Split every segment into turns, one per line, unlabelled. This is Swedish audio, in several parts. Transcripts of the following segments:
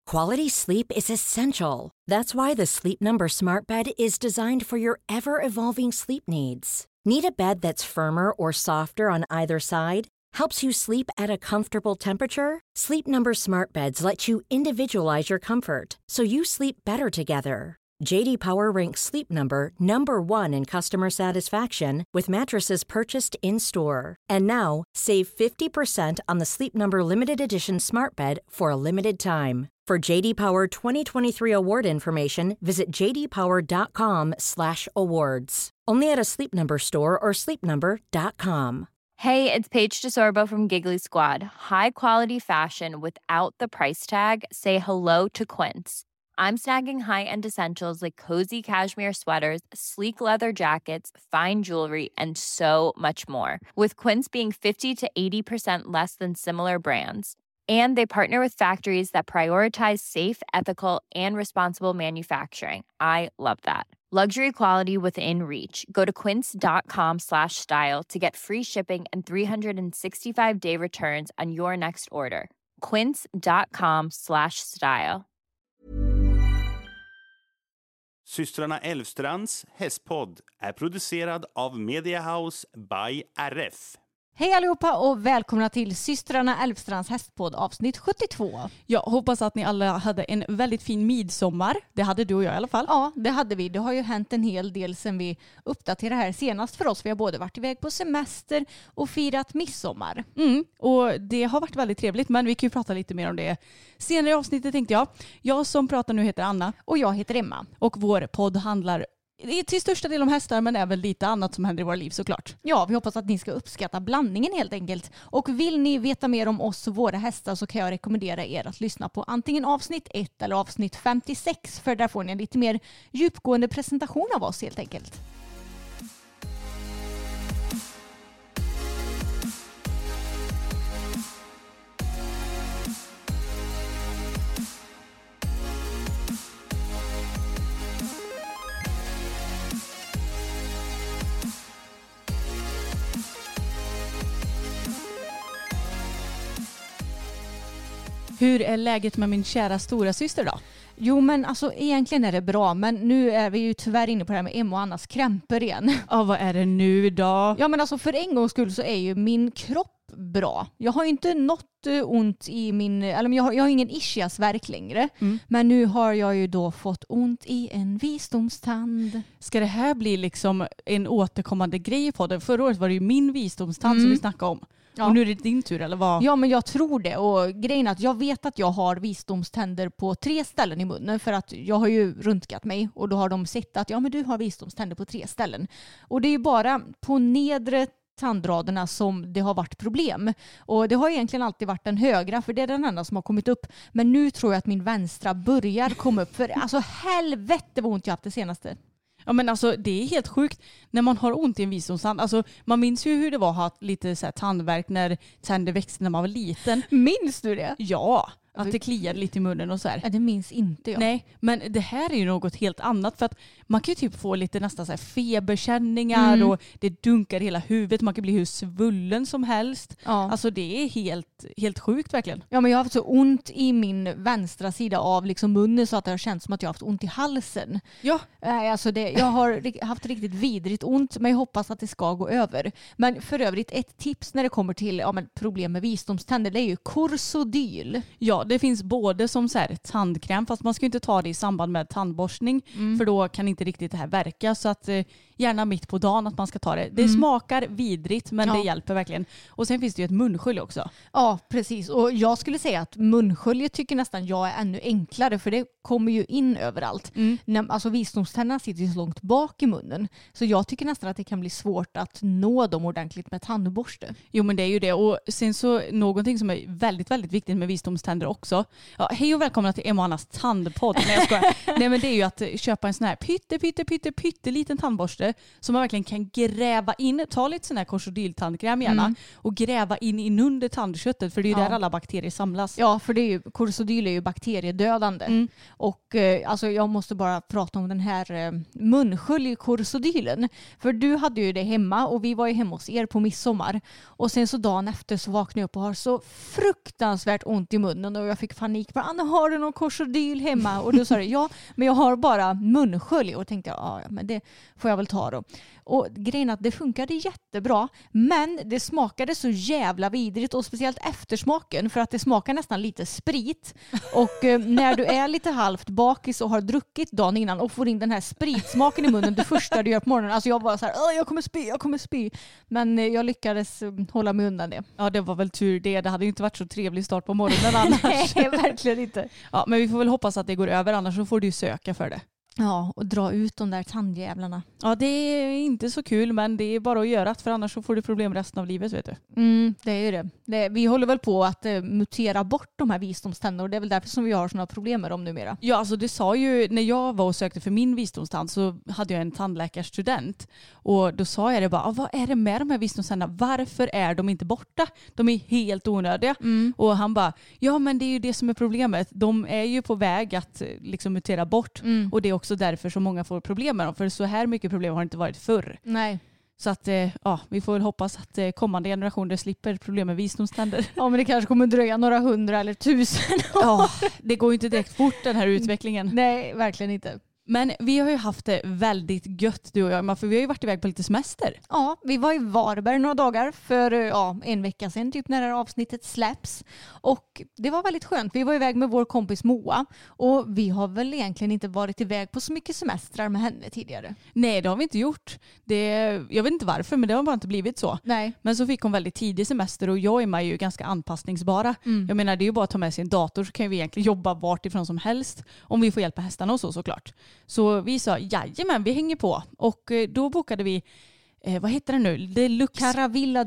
Quality sleep is essential. That's why the Sleep Number Smart Bed is designed for your ever-evolving sleep needs. Need a bed that's firmer or softer on either side? Helps you sleep at a comfortable temperature? Sleep Number Smart Beds let you individualize your comfort so you sleep better together. JD Power ranks Sleep Number #1 in customer satisfaction with mattresses purchased in-store. And now, save 50% on the Sleep Number Limited Edition Smart Bed for a limited time. For JD Power 2023 award information, visit jdpower.com/awards. Only at a Sleep Number store or sleepnumber.com.
Hey, it's Paige DeSorbo from Giggly Squad. High quality fashion without the price tag. Say hello to Quince. I'm snagging high-end essentials like cozy cashmere sweaters, sleek leather jackets, fine jewelry, and so much more. With Quince being 50 to 80% less than similar brands. And they partner with factories that prioritize safe, ethical, and responsible manufacturing. I love that. Luxury quality within reach. Go to quince.com/style to get free shipping and 365-day returns on your next order. Quince.com/style.
Systrarna Elfstrands hästpodd är producerad av Media House by RF.
Hej allihopa och välkomna till Systrarna Elfstrands hästpodd avsnitt 72.
Jag hoppas att ni alla hade en väldigt fin midsommar. Det hade du och jag i alla fall.
Ja, det hade vi. Det har ju hänt en hel del sedan vi uppdaterade här senast för oss. Vi har både varit iväg på semester och firat midsommar.
Och det har varit väldigt trevligt, men vi kan ju prata lite mer om det senare i avsnittet tänkte jag. Jag som pratar nu heter Anna.
Och jag heter Emma.
Och vår podd handlar till största del om hästar, men även lite annat som händer i våra liv såklart.
Ja, vi hoppas att ni ska uppskatta blandningen helt enkelt. Och vill ni veta mer om oss och våra hästar så kan jag rekommendera er att lyssna på antingen avsnitt 1 eller avsnitt 56. För där får ni en lite mer djupgående presentation av oss helt enkelt.
Hur är läget med min kära stora syster då?
Jo, men alltså egentligen är det bra, men nu är vi ju tyvärr inne på det här med Emma och Annas krämpor igen.
Ja, vad är det nu då?
Ja, men alltså för en gångs skull så är ju min kropp bra. Jag har ju inte något ont i min, eller jag har ingen ischiasvärk längre. Men nu har jag ju då fått ont i en visdomstand.
Ska det här bli liksom en återkommande grej på det? Förra året var det ju min visdomstand som vi snackade om. Ja. Och nu är det din tur, eller vad?
Ja, men jag tror det. Och grejen är att jag vet att jag har visdomständer på 3 ställen i munnen. För att jag har ju röntgat mig och då har de sett att ja, men du har visdomständer på 3 ställen. Och det är ju bara på nedre tandraderna som det har varit problem. Och det har egentligen alltid varit den högra, för det är den enda som har kommit upp. Men nu tror jag att min vänstra börjar komma upp. För alltså helvete vad ont jag haft det senaste.
Ja, men alltså det är helt sjukt när man har ont i en visdomstand. Alltså man minns ju hur det var att ha lite så här tandvärk när tänder växte när man var liten.
Minns du det?
Ja, att det kliade lite i munnen och så här.
Ja, det minns inte jag.
Nej, men det här är ju något helt annat, för att man kan ju typ få lite nästan så här feberkänningar och det dunkar i hela huvudet. Man kan bli hur svullen som helst. Ja. Alltså det är helt sjukt verkligen.
Ja, men jag har haft så ont i min vänstra sida av liksom munnen så att det har känts som att jag har haft ont i halsen.
Ja.
Alltså jag har haft riktigt vidrigt ont, men jag hoppas att det ska gå över. Men för övrigt, ett tips när det kommer till problem med visdomständer, det är ju Corsodyl.
Ja, det finns både som så här tandkräm, fast man ska inte ta det i samband med tandborstning för då kan inte riktigt det här verka, så att gärna mitt på dagen att man ska ta det. Det smakar vidrigt, men det hjälper verkligen. Och sen finns det ju ett munskölj också.
Ja, precis. Och jag skulle säga att munsköljet tycker nästan jag är ännu enklare, för det kommer ju in överallt. Alltså visdomständerna sitter ju så långt bak i munnen. Så jag tycker nästan att det kan bli svårt att nå dem ordentligt med tandborste.
Jo, men det är ju det. Och sen så någonting som är väldigt, väldigt viktigt med visdomständer också. Ja, hej och välkomna till Emma och Annas tandpodd. Nej, jag skojar. Nej, men det är ju att köpa en sån här pytteliten tandborste som man verkligen kan gräva in. Ta lite sån här Corsodyl-tandkräm gärna och gräva in under tandköttet, för det är ju där alla bakterier samlas.
Ja, för det är ju, Corsodyl är ju bakteriedödande. Och alltså jag måste bara prata om den här munskölj Corsodylen. För du hade ju det hemma och vi var ju hemma hos er på midsommar. Och sen så dagen efter så vaknade jag upp och har så fruktansvärt ont i munnen. Och och jag fick panik. Anna, har du någon korsodyl hemma? Och då sa det, ja, men jag har bara munskölj. Och tänkte jag, ja, men det får jag väl ta då. Och grejen att det funkade jättebra, men det smakade så jävla vidrigt och speciellt eftersmaken för att det smakar nästan lite sprit. Och när du är lite halvt bakis och har druckit dagen innan och får in den här spritsmaken i munnen det första du gör på morgonen. Alltså jag var så här, jag kommer spy. Men jag lyckades hålla mig undan det.
Ja, det var väl tur det. Det hade ju inte varit så trevlig start på morgonen annars.
Nej, verkligen inte.
Ja, men vi får väl hoppas att det går över, annars så får du ju söka för det.
Ja, och dra ut de där tandjävlarna.
Ja, det är inte så kul, men det är bara att göra det, för annars så får du problem resten av livet, vet du.
Det är ju det. Vi håller väl på att mutera bort de här visdomständerna och det är väl därför som vi har sådana problem med dem numera.
Ja, alltså det sa ju, när jag var och sökte för min visdomstand så hade jag en tandläkarstudent och då sa jag det bara, vad är det med de här visdomständerna? Varför är de inte borta? De är helt onödiga. Och han bara, ja men det är ju det som är problemet. De är ju på väg att liksom mutera bort och det är också därför så många får problem med dem, för så här mycket problem har det inte varit förr.
Nej.
Så att vi får väl hoppas att kommande generationer slipper problem med visdomständer.
Ja, men det kanske kommer dröja några 100 eller 1000 år.
Ja, det går ju inte direkt fort den här utvecklingen.
Nej, verkligen inte.
Men vi har ju haft det väldigt gött du och jag, för vi har ju varit iväg på lite semester.
Ja, vi var i Varberg några dagar för en vecka sedan typ när det här avsnittet släpps. Och det var väldigt skönt. Vi var iväg med vår kompis Moa och vi har väl egentligen inte varit iväg på så mycket semestrar med henne tidigare.
Nej, det har vi inte gjort. Jag vet inte varför, men det har bara inte blivit så.
Nej.
Men så fick hon väldigt tidig semester och jag och Emma är ju ganska anpassningsbara. Jag menar, det är ju bara att ta med sig en dator så kan vi egentligen jobba vart ifrån som helst om vi får hjälpa hästarna och så såklart. Så vi sa, jajamän, vi hänger på. Och då bokade vi, vad heter det nu?
Caravilla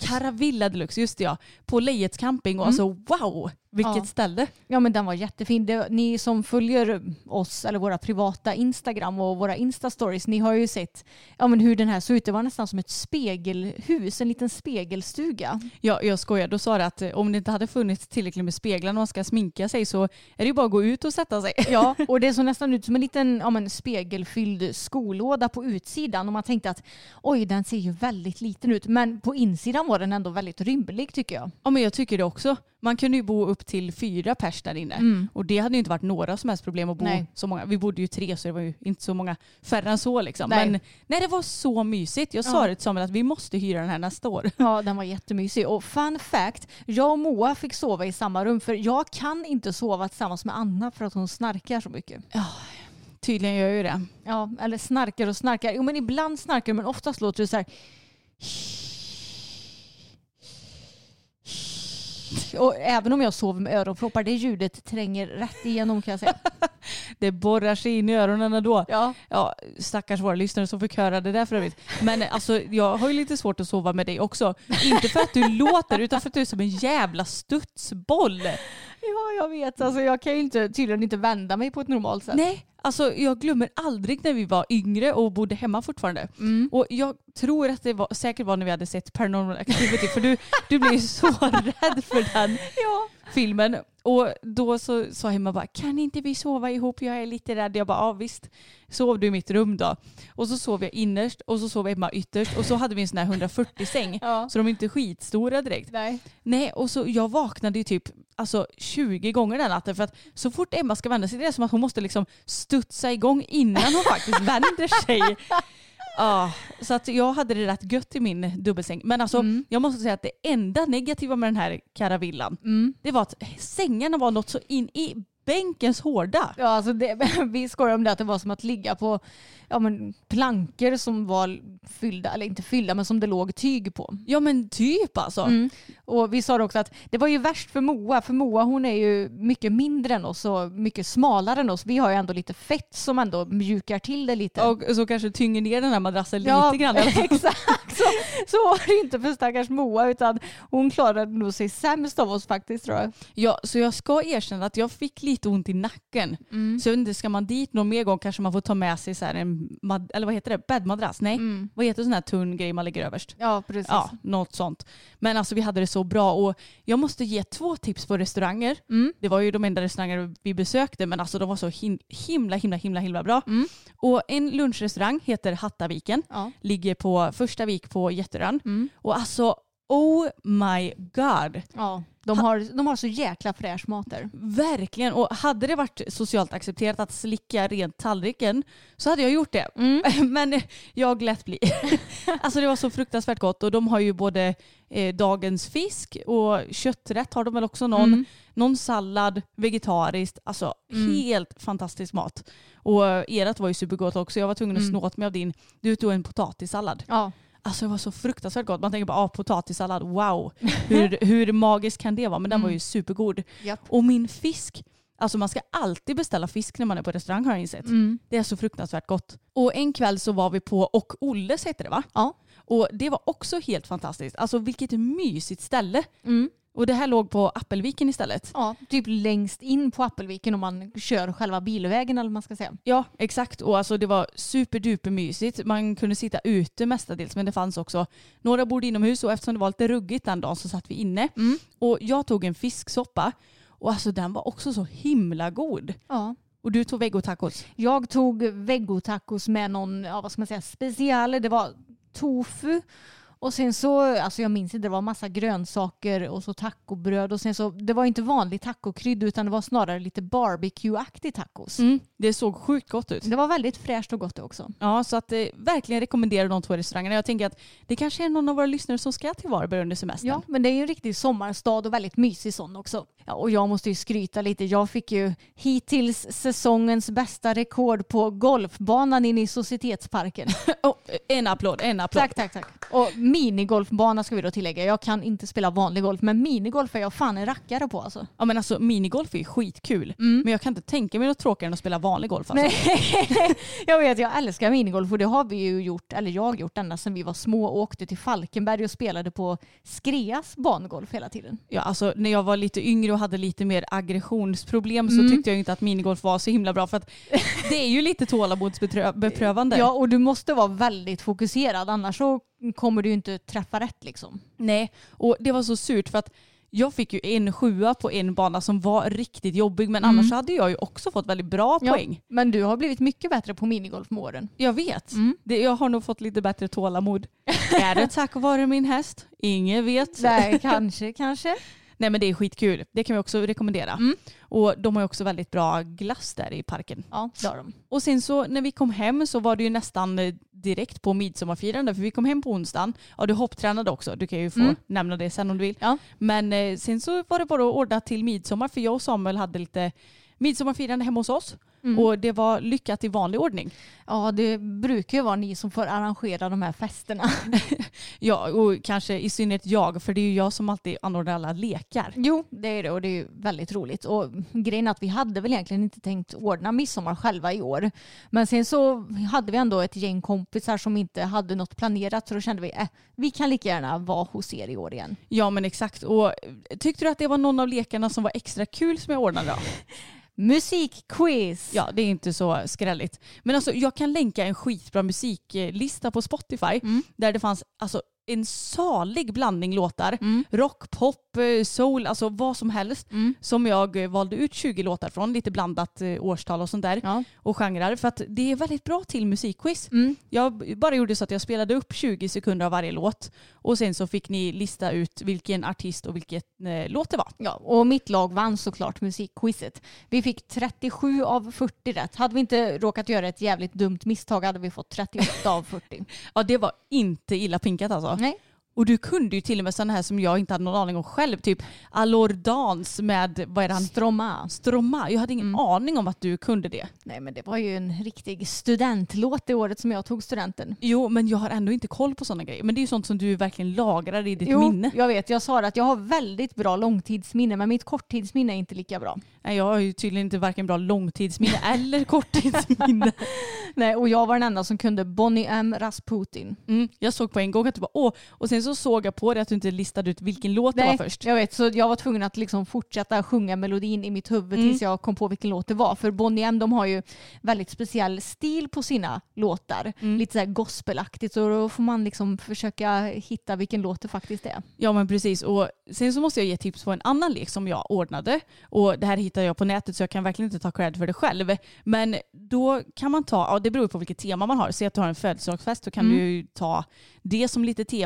Deluxe, just det ja. På Lejets camping och alltså wow, vilket ställe.
Ja, men den var jättefin. Ni som följer oss eller våra privata Instagram och våra Insta-stories, ni har ju sett hur den här såg ut. Det var nästan som ett spegelhus, en liten spegelstuga. Ja, jag skojar. Då sa det att om det inte hade funnits tillräckligt med speglar när man ska sminka sig så är det ju bara att gå ut och sätta sig. Ja, och det såg nästan ut som en liten spegelfylld skolåda på utsidan och man tänkte att oj, den ser ju väldigt liten ut. Men på insidan var den ändå väldigt rymlig tycker jag. Ja, men jag tycker det också. Man kunde ju bo upp till 4 pers där inne. Och det hade ju inte varit några som helst problem att bo så många. Vi bodde ju 3 så det var ju inte så många färre än så liksom. Nej. Men nej, det var så mysigt. Jag sa det till Samuel att vi måste hyra den här nästa år. Ja, den var jättemysig. Och fun fact, jag och Moa fick sova i samma rum för jag kan inte sova tillsammans med Anna för att hon snarkar så mycket. Ja, tydligen gör jag ju det. Ja, eller snarkar och snarkar. Jo, men ibland snarkar men oftast låter det så här. Och även om jag sover med öronproppar, det ljudet tränger rätt igenom kan jag säga. Det borrar sig in i öronen ändå. Ja, stackars våra lyssnare som fick höra det där för övrigt. Men alltså, jag har ju lite svårt att sova med dig också. Inte för att du låter, utan för att du är som en jävla studsboll. Ja, jag vet. Alltså, jag kan ju tydligen inte vända mig på ett normalt sätt. Nej. Alltså jag glömmer aldrig när vi var yngre och bodde hemma fortfarande. Och jag tror att det säkert var när vi hade sett Paranormal Activity för du blev så rädd för den filmen. Och då så sa Emma bara, kan inte vi sova ihop? Jag är lite rädd. Jag bara, ja visst. Sov du i mitt rum då? Och så sov jag innerst och så sov Emma ytterst. Och så hade vi en sån här 140-säng. Så de är inte skitstora direkt. Nej, och så jag vaknade ju typ 20 gånger den natten. För att så fort Emma ska vända sig, det är som att hon måste liksom studsa igång innan hon faktiskt vänder sig. Så att jag hade det rätt gött i min dubbelsäng. Men alltså, jag måste säga att det enda negativa med den här karavillan, det var att sängarna var något så in i bänkens hårda. Ja, alltså vi skojar om det att det var som att ligga på plankor som var fyllda, eller inte fyllda, men som det låg tyg på. Ja, men typ alltså. Och vi sa också att det var ju värst för Moa. För Moa, hon är ju mycket mindre än oss och mycket smalare än oss. Vi har ju ändå lite fett som ändå mjukar till det lite. Och så kanske tynger ner den här madrassen lite grann. Exakt. Så var det inte för stackars Moa, utan hon klarade nog sig sämst av oss faktiskt, tror jag. Ja, så jag ska erkänna att jag fick lite ont i nacken. Så jag vet inte, ska man dit någon mer gång kanske man får ta med sig så här eller vad heter det? Bäddmadrass? Nej. Vad heter sån här tunn grej man lägger överst? Ja, precis. Ja, något sånt. Men alltså vi hade det så bra och jag måste ge 2 tips på restauranger. Det var ju de enda restauranger vi besökte, men alltså de var så himla bra. Och en lunchrestaurang heter Hattaviken. Ligger på första vik på Jätterön. Och alltså, oh my god. Ja. De har så jäkla fräsch mat där.
Verkligen. Och hade det varit socialt accepterat att slicka rent tallriken så hade jag gjort det. Men jag lät bli. Alltså det var så fruktansvärt gott. Och de har ju både dagens fisk och kötträtt har de väl också någon sallad, vegetariskt. Alltså helt fantastisk mat. Och ert var ju supergott också. Jag var tvungen att snå åt mig av din. Du tog en potatissallad.
Ja.
Alltså det var så fruktansvärt gott. Man tänker bara potatissallad, wow. Hur magiskt kan det vara? Men den var ju supergod.
Japp.
Och min fisk, alltså man ska alltid beställa fisk när man är på restaurang har jag insett. Det är så fruktansvärt gott. Och en kväll så var vi på Och Olles heter det va?
Ja.
Och det var också helt fantastiskt. Alltså vilket mysigt ställe. Och det här låg på Appelviken istället.
Ja, typ längst in på Appelviken om man kör själva bilvägen eller vad man ska säga.
Ja, exakt. Och alltså det var superduper mysigt. Man kunde sitta ute mestadels men det fanns också några bord inomhus och eftersom det var lite ruggigt den dagen så satt vi inne. Och jag tog en fisksoppa och alltså den var också så himla god.
Ja.
Och du tog vegotacos?
Jag tog vegotacos med någon, vad ska man säga, special. Det var tofu. Och sen så, alltså jag minns inte, det var massa grönsaker och så tacobröd. Och sen så, det var inte vanlig tacokrydd utan det var snarare lite barbecue-aktig tacos.
Det såg sjukt gott ut.
Det var väldigt fräscht och gott också.
Ja, så att verkligen rekommenderar de 2 restaurangerna. Jag tänker att det kanske är någon av våra lyssnare som ska till Varberg under semestern.
Ja, men det är ju en riktig sommarstad och väldigt mysig sån också. Ja, och jag måste ju skryta lite. Jag fick ju hittills säsongens bästa rekord på golfbanan inne i Societetsparken.
En applåd.
Tack. Och minigolfbana ska vi då tillägga. Jag kan inte spela vanlig golf, men minigolf är jag fan en rackare på alltså.
Ja men alltså minigolf är skitkul. Men jag kan inte tänka mig något tråkigare än att spela vanlig golf. Alltså.
Nej, jag älskar minigolf och det har vi ju gjort, eller jag gjort ända sedan vi var små och åkte till Falkenberg och spelade på Skreas bangolf hela tiden.
Ja alltså när jag var lite yngre och hade lite mer aggressionsproblem så tyckte jag inte att minigolf var så himla bra för att det är ju lite tålamodsbeprövande.
Ja och du måste vara väldigt fokuserad annars så kommer du inte träffa rätt liksom.
Nej, och det var så surt för att jag fick ju en 7 på en bana som var riktigt jobbig men annars hade jag ju också fått väldigt bra poäng.
Men du har blivit mycket bättre på minigolf med åren.
Jag vet. Jag har nog fått lite bättre tålamod. Är det tack vare min häst? Ingen vet.
Nej, kanske.
Nej men det är skitkul. Det kan vi också rekommendera. Och de har ju också väldigt bra glass där i parken.
Ja, det har de.
Och sen så när vi kom hem så var det ju nästan direkt på midsommarfirande för vi kom hem på onsdagen. Ja, du hopptränade också. Du kan ju få nämna det sen om du vill.
Ja.
Men sen så var det bara att ordna till midsommar för jag och Samuel hade lite midsommarfirande hemma hos oss. Och det var lyckat i vanlig ordning.
Ja, det brukar ju vara ni som får arrangera de här festerna.
Ja, och kanske i synnerhet jag, för det är ju jag som alltid anordnar alla lekar.
Jo, det är det och det är ju väldigt roligt. Och grejen är att vi hade väl egentligen inte tänkt ordna midsommar själva i år. Men sen så hade vi ändå ett gäng kompisar som inte hade något planerat så då kände vi kan lika gärna vara hos er i år igen.
Ja, men exakt. Och tyckte du att det var någon av lekarna som var extra kul som jag ordnade då?
Musikquiz!
Ja, det är inte så skrälligt. Men alltså, jag kan länka en skitbra musiklista på Spotify där det fanns alltså en salig blandning låtar. Rock, pop, soul, alltså vad som helst. Som jag valde ut 20 låtar från. Lite blandat årstal och sånt där.
Ja.
Och genrer. För att det är väldigt bra till musikquiz. Jag bara gjorde så att jag spelade upp 20 sekunder av varje låt. Och sen så fick ni lista ut vilken artist och vilket låt det var.
Ja, och mitt lag vann såklart musikquizet. Vi fick 37 av 40 rätt. Hade vi inte råkat göra ett jävligt dumt misstag hade vi fått 38 av 40.
Ja, det var inte illa pinkat alltså.
Nej.
Och du kunde ju till och med sådana här som jag inte hade någon aning om själv. Typ Allor Dans med, vad är det han? Stroma. Jag hade ingen aning om att du kunde det.
Nej men det var ju en riktig studentlåt det året som jag tog studenten.
Jo men jag har ändå inte koll på sådana grejer. Men det är ju sånt som du verkligen lagrar i ditt minne.
Jag vet. Jag sa att jag har väldigt bra långtidsminne men mitt korttidsminne är inte lika bra.
Nej, jag har ju tydligen inte varken bra långtidsminne eller korttidsminne.
Nej, och jag var den enda som kunde Bonnie M. Rasputin.
Jag såg på en gång att du bara och sen så såg jag på dig att du inte listade ut vilken låt det var först.
Jag vet, så jag var tvungen att liksom fortsätta sjunga melodin i mitt huvud tills jag kom på vilken låt det var. För Bonnie M, de har ju väldigt speciell stil på sina låtar. Lite så här gospelaktigt, så då får man liksom försöka hitta vilken låt det faktiskt är.
Ja men precis, och sen så måste jag ge tips på en annan lek som jag ordnade. Och det här hittade jag på nätet så jag kan verkligen inte ta cred för det själv. Men då kan man ta, det beror på vilket tema man har. Se att du har en födelsedagsfest så kan du ju ta det som lite tema, typ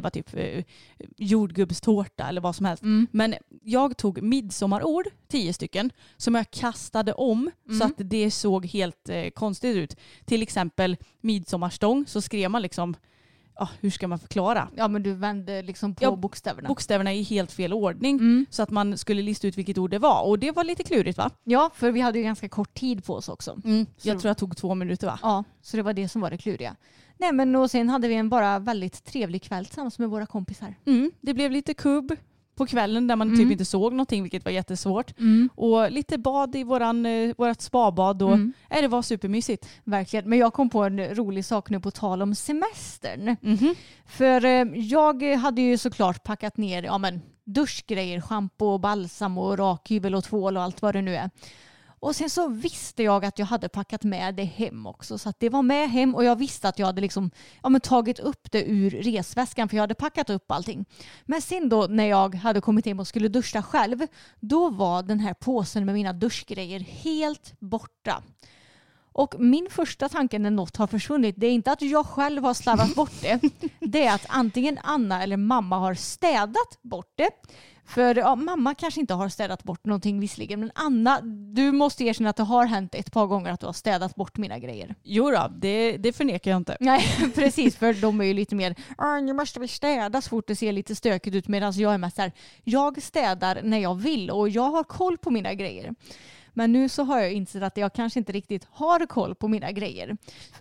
jordgubbstårta eller vad som helst. Men jag tog midsommarord, 10 stycken, som jag kastade om så att det såg helt konstigt ut. Till exempel midsommarstång, så skrev man liksom, hur ska man förklara?
Ja, men du vände liksom på bokstäverna.
Bokstäverna i helt fel ordning så att man skulle lista ut vilket ord det var. Och det var lite klurigt, va?
Ja, för vi hade ju ganska kort tid på oss också.
Jag tror jag tog 2 minuter, va?
Ja, så det var det som var det kluriga. Nej, men och sen hade vi en bara väldigt trevlig kväll tillsammans med våra kompisar.
Det blev lite kubb på kvällen där man typ inte såg någonting, vilket var jättesvårt. Och lite bad i vårat spabad och det var supermysigt.
Verkligen. Men jag kom på en rolig sak nu på tal om semestern. För jag hade ju såklart packat ner duschgrejer, shampoo, balsam och rakhyvel och tvål och allt vad det nu är. Och sen så visste jag att jag hade packat med det hem också. Så att det var med hem och jag visste att jag hade liksom, tagit upp det ur resväskan för jag hade packat upp allting. Men sen då när jag hade kommit hem och skulle duscha själv, då var den här påsen med mina duschgrejer helt borta. Och min första tanke när något har försvunnit, det är inte att jag själv har slarvat bort det. Det är att antingen Anna eller mamma har städat bort det. För mamma kanske inte har städat bort någonting visserligen. Men Anna, du måste erkänna att det har hänt ett par gånger att du har städat bort mina grejer.
Jo då, det förnekar jag inte.
Nej, precis. För de är ju lite mer, nu måste vi städa så fort det ser lite stökigt ut. Medan jag är mest så här, jag städar när jag vill och jag har koll på mina grejer. Men nu så har jag insett att jag kanske inte riktigt har koll på mina grejer.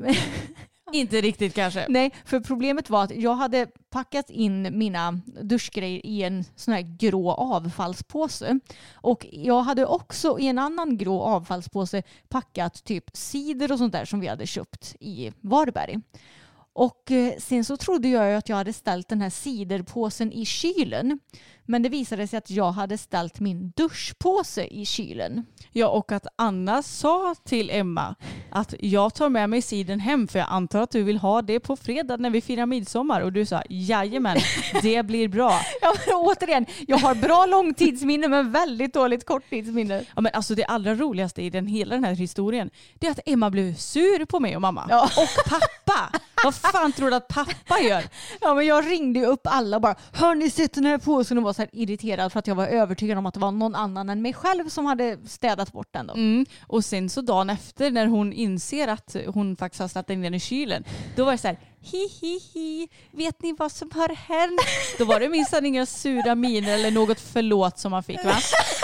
Inte riktigt kanske.
Nej, för problemet var att jag hade packat in mina duschgrejer i en sån här grå avfallspåse. Och jag hade också i en annan grå avfallspåse packat typ cider och sånt där som vi hade köpt i Varberg. Och sen så trodde jag att jag hade ställt den här ciderpåsen i kylen. Men det visade sig att jag hade ställt min duschpåse i kylen.
Ja, och att Anna sa till Emma att jag tar med mig cidern hem för jag antar att du vill ha det på fredag när vi firar midsommar. Och du sa, jajamän, det blir bra.
Ja, men återigen, jag har bra långtidsminne men väldigt dåligt korttidsminne.
Ja, men alltså det allra roligaste i hela den här historien, det är att Emma blev sur på mig och mamma.
Ja.
Och pappa. Vad fan tror du att pappa gör?
Ja, men jag ringde ju upp alla och bara, har ni sett den här påsen? Och var så här irriterad för att jag var övertygad om att det var någon annan än mig själv som hade städat bort den då.
Och sen så dagen efter när hon inser att hon faktiskt har ställt den i kylen, då var det så här, hi, vet ni vad som har hänt? Då var det minst inga sura miner eller något förlåt som man fick, va?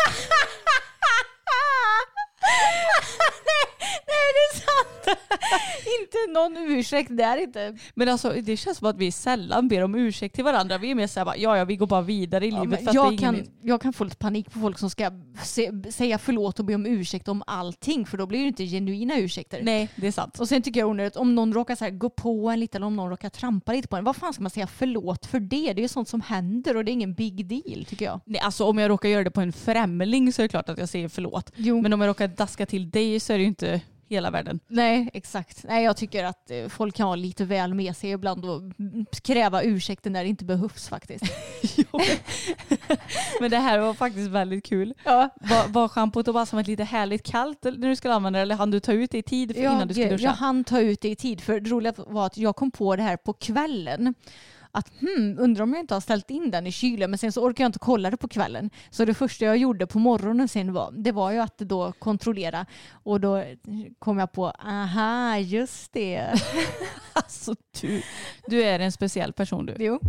Nej, det är sant. Inte någon ursäkt där inte.
Men alltså det känns som att vi sällan ber om ursäkt till varandra. Vi är mer såhär, ja vi går bara vidare i livet. För
jag kan få lite panik på folk som ska säga förlåt och be om ursäkt om allting. För då blir det inte genuina ursäkter.
Nej, det är sant.
Och sen tycker jag onödigt, om någon råkar så här gå på en lite eller om någon råkar trampa lite på en. Vad fan ska man säga förlåt för det? Det är ju sånt som händer och det är ingen big deal tycker jag.
Nej, alltså om jag råkar göra det på en främling så är det klart att jag säger förlåt.
Jo.
Men om jag råkar daska till dig så är det ju inte hela världen.
Nej, exakt. Nej, jag tycker att folk kan ha lite väl med sig ibland och kräva ursäkter när det inte behövs faktiskt.
Men det här var faktiskt väldigt kul.
Ja.
Var schampot och balsamet lite härligt kallt när du skulle använda det, eller hann du ta ut det i tid innan du skulle duscha?
Jag hann ta ut det i tid, för det roliga var att jag kom på det här på kvällen. Att undrar om jag inte har ställt in den i kylen, men sen så orkar jag inte kolla det på kvällen. Så det första jag gjorde på morgonen sen var ju att då kontrollera, och då kom jag på, aha, just det.
Alltså du är en speciell person du.
Jo.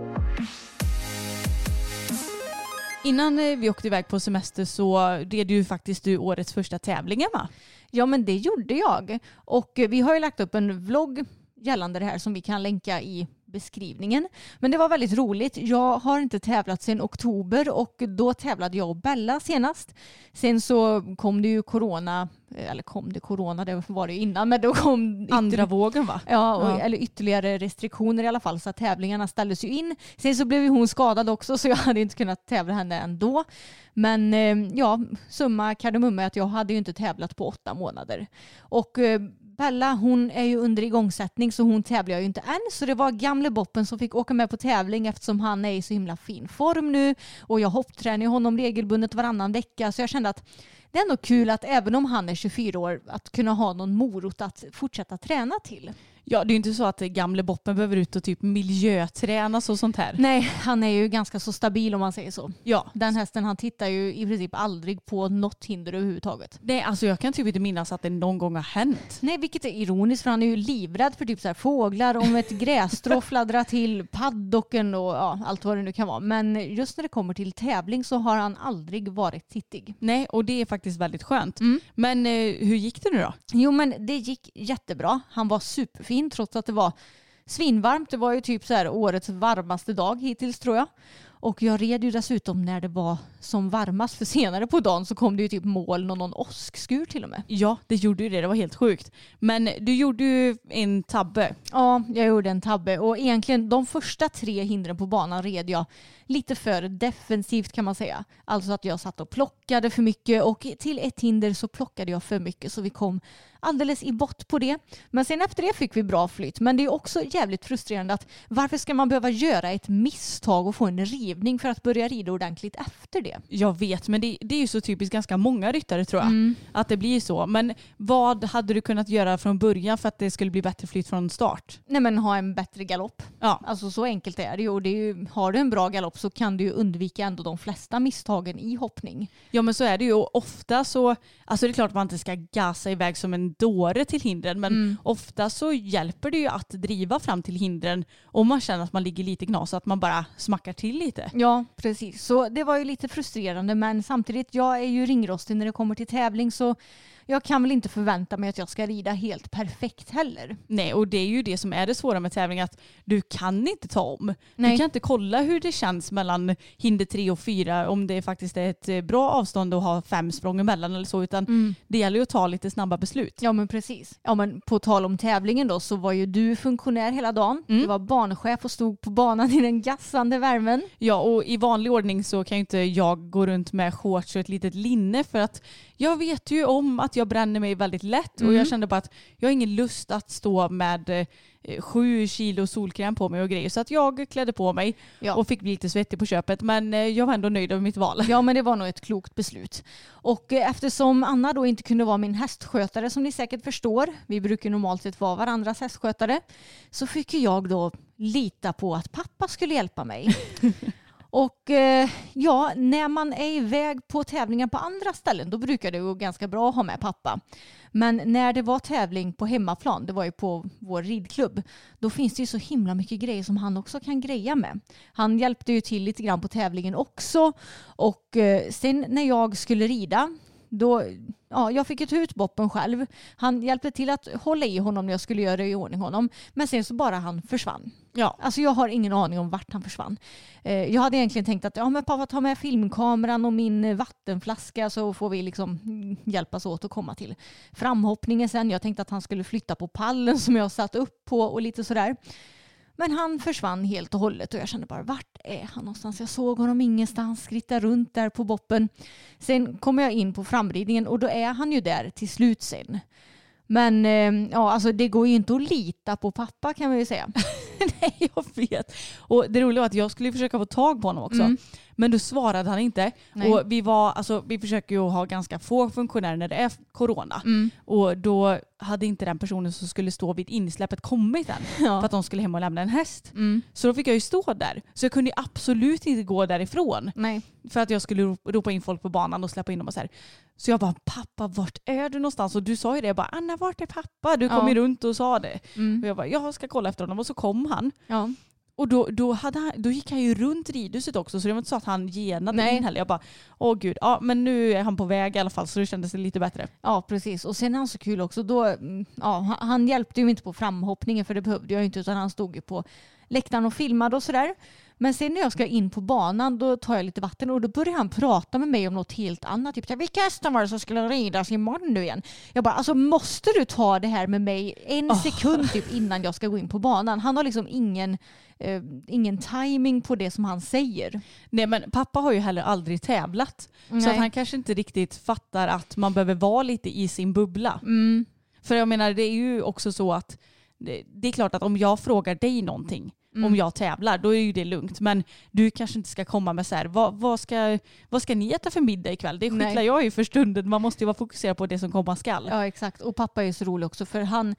Innan vi åkte iväg på semester så red ju faktiskt du årets första tävling, va?
Ja, men det gjorde jag. Och vi har ju lagt upp en vlogg gällande det här som vi kan länka i beskrivningen. Men det var väldigt roligt. Jag har inte tävlat sedan oktober och då tävlade jag och Bella senast. Sen så kom det ju corona, det var det ju innan, men då kom
andra vågen, va?
Ja, eller ytterligare restriktioner i alla fall, så att tävlingarna ställdes ju in. Sen så blev ju hon skadad också, så jag hade inte kunnat tävla henne ändå. Men summa kardemumma är att jag hade ju inte tävlat på 8 månader. Och Bella, hon är ju under igångsättning så hon tävlar ju inte än. Så det var gamle Boppen som fick åka med på tävling eftersom han är i så himla fin form nu. Och jag hopptränar honom regelbundet varannan vecka. Så jag kände att det är ändå kul att även om han är 24 år att kunna ha någon morot att fortsätta träna till.
Ja, det är ju inte så att gamle Boppen behöver ut och typ miljötränas och sånt här.
Nej, han är ju ganska så stabil om man säger så.
Ja.
Den hästen, han tittar ju i princip aldrig på något hinder överhuvudtaget.
Nej, alltså jag kan typ inte minnas att det någon gång har hänt.
Nej, vilket är ironiskt för han är ju livrädd för typ så här fåglar, om ett grässtrå fladdrar till, paddocken och ja, allt vad det nu kan vara. Men just när det kommer till tävling så har han aldrig varit tittig.
Nej, och det är faktiskt väldigt skönt.
Mm.
Men hur gick det nu då?
Jo, men det gick jättebra. Han var superfin trots att det var svinvarmt. Det var ju typ så här årets varmaste dag hittills tror jag. Och jag red ju dessutom när det var som varmast, för senare på dagen så kom det ju typ moln och någon åskskur till och med.
Ja, det gjorde ju det. Det var helt sjukt. Men du gjorde ju en tabbe.
Ja, jag gjorde en tabbe. Och egentligen de första 3 hindren på banan red jag lite för defensivt kan man säga. Alltså att jag satt och plockade för mycket och till ett hinder så plockade jag för mycket så vi kom alldeles i bott på det. Men sen efter det fick vi bra flytt. Men det är också jävligt frustrerande att varför ska man behöva göra ett misstag och få en rivning för att börja rida ordentligt efter det?
Jag vet, men det är ju så typiskt ganska många ryttare tror jag. Att det blir så. Men vad hade du kunnat göra från början för att det skulle bli bättre flytt från start?
Nej, men ha en bättre galopp.
Ja.
Alltså så enkelt är det ju. Och det är ju, har du en bra galopp så kan du ju undvika ändå de flesta misstagen i hoppning.
Ja, men så är det ju. Och ofta så, alltså det är klart att man inte ska gasa iväg som en dåre till hindren, men ofta så hjälper det ju att driva fram till hindren om man känner att man ligger lite gnas, så att man bara smackar till lite.
Ja, precis. Så det var ju lite frustrerande, men samtidigt, jag är ju ringrostig när det kommer till tävling, så jag kan väl inte förvänta mig att jag ska rida helt perfekt heller.
Nej, och det är ju det som är det svåra med tävling, att du kan inte ta om.
Nej.
Du kan inte kolla hur det känns mellan hinder 3 och 4, om det faktiskt är ett bra avstånd att ha 5 språng emellan eller så, utan det gäller ju att ta lite snabba beslut.
Ja, men precis. Ja, men på tal om tävlingen då, så var ju du funktionär hela dagen. Du var banchef och stod på banan i den gassande värmen.
Ja, och i vanlig ordning så kan ju inte jag gå runt med shorts och ett litet linne, för att jag vet ju om att jag bränner mig väldigt lätt och jag kände bara att jag har ingen lust att stå med 7 kilo solkräm på mig och grejer, så att jag klädde på mig och fick bli lite svettig på köpet, men jag var ändå nöjd med mitt val.
Ja, men det var nog ett klokt beslut. Och eftersom Anna då inte kunde vara min hästskötare, som ni säkert förstår, vi brukar normalt sett vara varandras hästskötare, så fick jag då lita på att pappa skulle hjälpa mig. Och ja, när man är iväg på tävlingar på andra ställen, då brukar det gå ganska bra att ha med pappa. Men när det var tävling på hemmaplan, det var ju på vår ridklubb, då finns det ju så himla mycket grejer som han också kan greja med. Han hjälpte ju till lite grann på tävlingen också. Och sen när jag skulle rida, då, ja, jag fick ju ta ut Boppen själv. Han hjälpte till att hålla i honom när jag skulle göra i ordning honom. Men sen så bara han försvann. Ja, alltså jag har ingen aning om vart han försvann. Jag hade egentligen tänkt att men pappa, ta med filmkameran och min vattenflaska, så får vi liksom hjälpas åt att komma till framhoppningen sen. Jag tänkte att han skulle flytta på pallen som jag satt upp på och lite sådär. Men han försvann helt och hållet och jag kände bara, vart är han någonstans? Jag såg honom ingenstans, skritta runt där på Boppen. Sen kommer jag in på framridningen och då är han ju där till slut sen. Men ja, alltså det går ju inte att lita på pappa, kan man ju säga.
Nej, jag vet. Och det roliga var att jag skulle försöka få tag på honom också. Men då svarade han inte.
Nej.
Och vi försöker ju ha ganska få funktionärer när det är corona. Och då hade inte den personen som skulle stå vid insläppet kommit än.
Ja.
För att de skulle hem och lämna en häst. Så då fick jag ju stå där. Så jag kunde ju absolut inte gå därifrån.
Nej.
För att jag skulle ropa in folk på banan och släppa in dem och så här. Så jag bara, pappa, vart är du någonstans? Och du sa ju det, jag bara, Anna, vart är pappa? Du kom ju runt och sa det. Och jag bara, jag ska kolla efter honom. Och så kom han.
Ja.
Och då gick han ju runt ridhuset också, så det var inte så att han genade in heller. Jag bara, åh gud, ja, men nu är han på väg i alla fall, så det kändes lite bättre.
Ja, precis. Och sen är han så kul också. Då, ja, han hjälpte ju inte på framhoppningen, för det behövde jag inte, utan han stod ju på läktaren och filmade och sådär. Men sen när jag ska in på banan, då tar jag lite vatten och då börjar han prata med mig om något helt annat. Typ, vilka hästar var det som skulle ridas imorgon nu igen? Jag bara, alltså måste du ta det här med mig en sekund typ innan jag ska gå in på banan? Han har liksom ingen timing på det som han säger.
Nej, men pappa har ju heller aldrig tävlat.
Nej.
Så att han kanske inte riktigt fattar att man behöver vara lite i sin bubbla. För jag menar, det är ju också så att det är klart att om jag frågar dig någonting, om jag tävlar, då är ju det lugnt. Men du kanske inte ska komma med så här, vad ska ni äta för middag ikväll? Det skicklar jag ju för stunden. Man måste ju vara fokuserad på det som komma skall.
Ja, exakt. Och pappa är så rolig också, för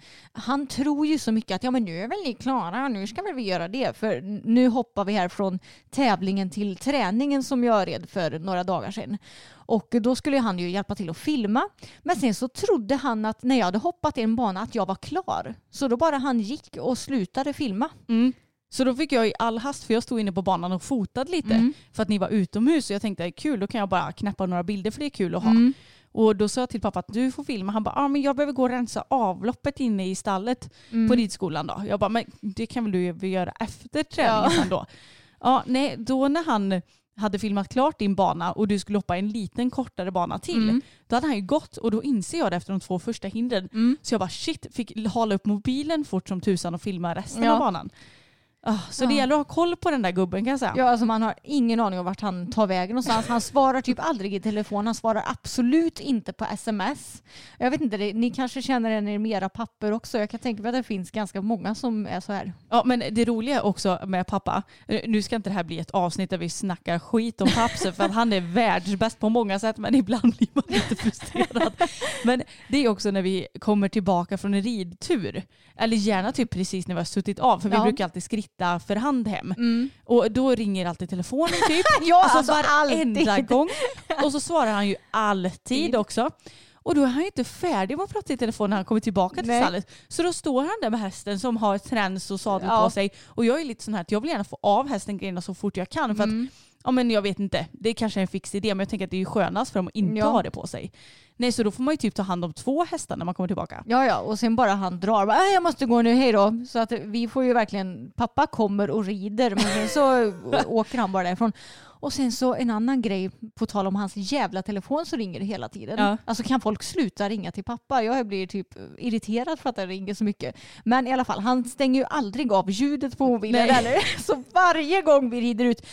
han tror ju så mycket att ja, men nu är väl ni klara, nu ska väl vi göra det. För nu hoppar vi här från tävlingen till träningen som jag red för några dagar sedan. Och då skulle han ju hjälpa till att filma. Men sen så trodde han att när jag hade hoppat i en bana att jag var klar. Så då bara han gick och slutade filma.
Så då fick jag i all hast, för jag stod inne på banan och fotade lite för att ni var utomhus. Så jag tänkte kul, då kan jag bara knäppa några bilder för det är kul att ha. Och då sa jag till pappa att du får filma. Han bara, men jag behöver gå och rensa avloppet inne i stallet på ridskolan då. Jag bara, men det kan väl du göra efter träningen sen då? Ja, nej, då när han hade filmat klart din bana och du skulle hoppa en liten kortare bana till, då hade han ju gått, och då inser jag det efter de 2 första hindren. Så jag bara fick hala upp mobilen fort som tusan och filma resten av banan. Så det gäller att ha koll på den där gubben, kan jag säga.
Ja, alltså man har ingen aning om vart han tar vägen någonstans. Han svarar typ aldrig i telefon. Han svarar absolut inte på sms. Jag vet inte, ni kanske känner igen er med era papper också. Jag kan tänka mig att det finns ganska många som är så här.
Ja, men det roliga också med pappa, nu ska inte det här bli ett avsnitt där vi snackar skit om pappse, för att han är världsbäst på många sätt, men ibland blir man lite frustrerad. Men det är också när vi kommer tillbaka från en ridtur, eller gärna typ precis när vi har suttit av, för vi brukar alltid skritta för hand hem. Och då ringer alltid telefonen typ. alltså varenda gång. Och så svarar han ju alltid också. Och då är han ju inte färdig med att prata i telefon när han kommer tillbaka till stallet. Så då står han där med hästen som har träns och sadel på sig. Och jag är lite sån här att jag vill gärna få av hästen grejerna så fort jag kan. För att, ja men jag vet inte, det är kanske en fix idé, men jag tänker att det är ju skönast för dem att inte ha det på sig. Nej, så då får man ju typ ta hand om 2 hästar när man kommer tillbaka.
Ja, och sen bara han drar. Jag måste gå nu, hej då. Så att vi får ju verkligen, pappa kommer och rider, men sen så åker han bara därifrån. Och sen så en annan grej, på tal om hans jävla telefon, så ringer det hela tiden. Ja. Alltså kan folk sluta ringa till pappa? Jag blir typ irriterad för att det ringer så mycket. Men i alla fall, han stänger ju aldrig av ljudet på mobilen. Eller? Så varje gång vi rider ut,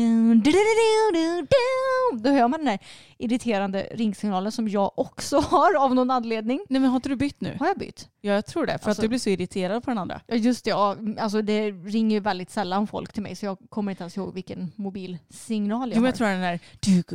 då hör man den där irriterande ringsignalen som jag också har av någon anledning.
Nej, men har inte du bytt nu?
Har jag bytt?
Ja, jag tror det. För att du blir så irriterad på den andra.
Ja, just det. Ja. Alltså det ringer väldigt sällan folk till mig, så jag kommer inte ens ihåg vilken mobilsignal jag har.
Jag tror den är...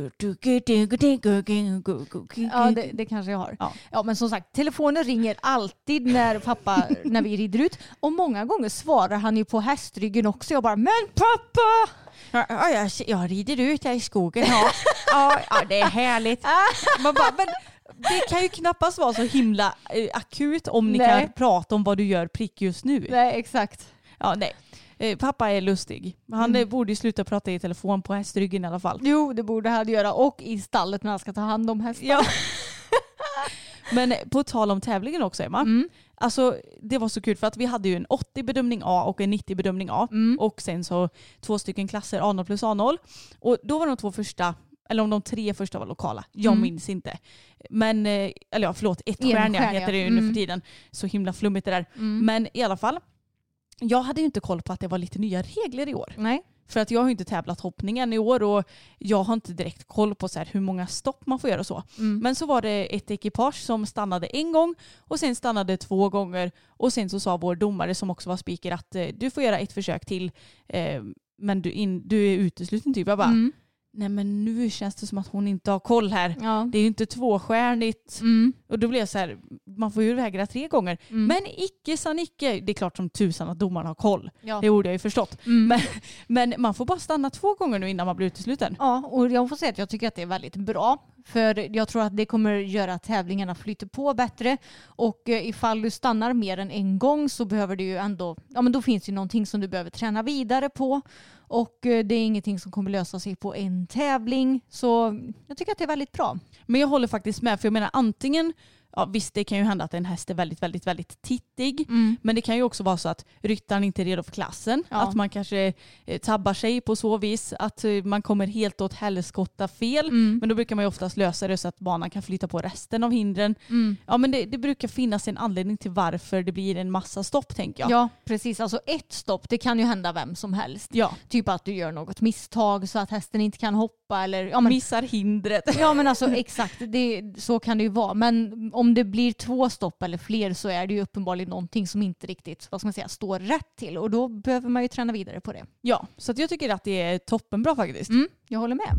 Ja, det kanske jag har. Ja, men som sagt, telefonen ringer alltid när vi rider ut. Och många gånger svarar han ju på hästryggen också. Jag bara, men pappa!
Jag rider ut här i skogen. Ja, det är härligt. Man bara, men det kan ju knappast vara så himla akut om ni kan prata om vad du gör prick just nu.
Nej, exakt.
Ja, nej. Pappa är lustig. Han borde ju sluta prata i telefon på hästryggen i alla fall.
Jo, det borde han göra. Och i stallet när han ska ta hand om hästar.
Ja. Men på tal om tävlingen också, Emma. Alltså, det var så kul för att vi hade ju en 80 bedömning A och en 90 bedömning A. Och sen så 2 stycken klasser A0 plus A0. Och då var de 2 första, eller om de 3 första var lokala. Jag minns inte. Men, eller ja, förlåt, ettstjärniga heter det ju nu för tiden. Så himla flummigt det där. Men i alla fall, jag hade ju inte koll på att det var lite nya regler i år.
Nej.
För att jag har ju inte tävlat hoppningen i år och jag har inte direkt koll på så här hur många stopp man får göra och så. Men så var det ett ekipage som stannade en gång och sen stannade 2 gånger. Och sen så sa vår domare som också var speaker att du får göra ett försök till, men du är utesluten typ. Jag bara, nej men nu känns det som att hon inte har koll här. Ja. Det är ju inte 2-stjärnigt. Och då blev jag så här, man får ju vägra 3 gånger. Men icke sa Nicke. Det är klart som tusan att domaren har koll. Ja. Det borde jag ju förstått. Men man får bara stanna 2 gånger nu innan man blir utesluten.
Ja, och jag får säga att jag tycker att det är väldigt bra. För jag tror att det kommer göra att tävlingarna flyter på bättre. Och ifall du stannar mer än en gång så behöver du ju ändå, ja men då finns det ju någonting som du behöver träna vidare på. Och det är ingenting som kommer lösa sig på en tävling. Så jag tycker att det är väldigt bra.
Men jag håller faktiskt med, för jag menar antingen, ja visst det kan ju hända att en häst är väldigt, väldigt, väldigt tittig. Men det kan ju också vara så att ryttaren inte är redo för klassen. Ja. Att man kanske tabbar sig på så vis att man kommer helt åt helskotta fel. Men då brukar man ju oftast lösa det så att banan kan flytta på resten av hindren. Ja men det brukar finnas en anledning till varför det blir en massa stopp, tänker jag.
Ja precis, alltså ett stopp det kan ju hända vem som helst. Ja. Typ att du gör något misstag så att hästen inte kan hoppa. stoppa eller
missar hindret.
Ja men alltså exakt, så kan det ju vara. Men om det blir 2 stopp eller fler så är det ju uppenbarligen någonting som inte riktigt, vad ska man säga, står rätt till. Och då behöver man ju träna vidare på det.
Ja, så att jag tycker att det är toppenbra faktiskt.
Jag håller med.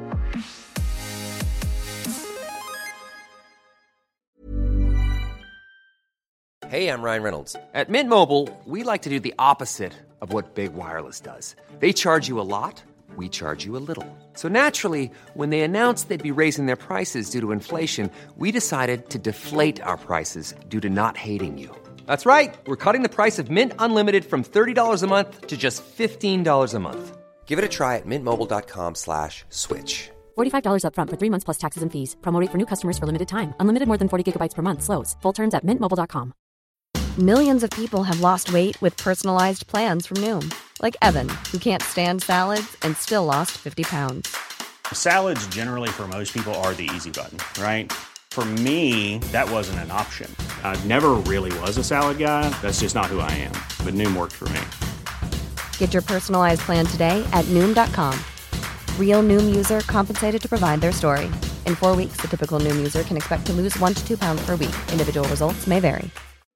Hey, I'm Ryan Reynolds. At Mint Mobile, we like to do the opposite of what Big Wireless does. They charge you a lot, we charge you a little. So naturally, when they announced they'd be raising their prices due to inflation, we decided to deflate our prices due to not hating you. That's right. We're cutting the price of Mint Unlimited from $30 a month to just $15 a month. Give it a try at mintmobile.com/switch.
$45 up front for 3 months plus taxes and fees. Promo rate for new customers for limited time. Unlimited more than 40 gigabytes per month. Slows full terms at mintmobile.com.
Millions of people have lost weight with personalized plans from Noom. Like Evan, who can't stand salads and still lost 50 pounds.
Salads generally for most people are the easy button, right? For me, that wasn't an option. I never really was a salad guy. That's just not who I am. But Noom worked for me.
Get your personalized plan today at Noom.com. Real Noom user compensated to provide their story. In 4 weeks, the typical Noom user can expect to lose 1 to 2 pounds per week. Individual results may vary.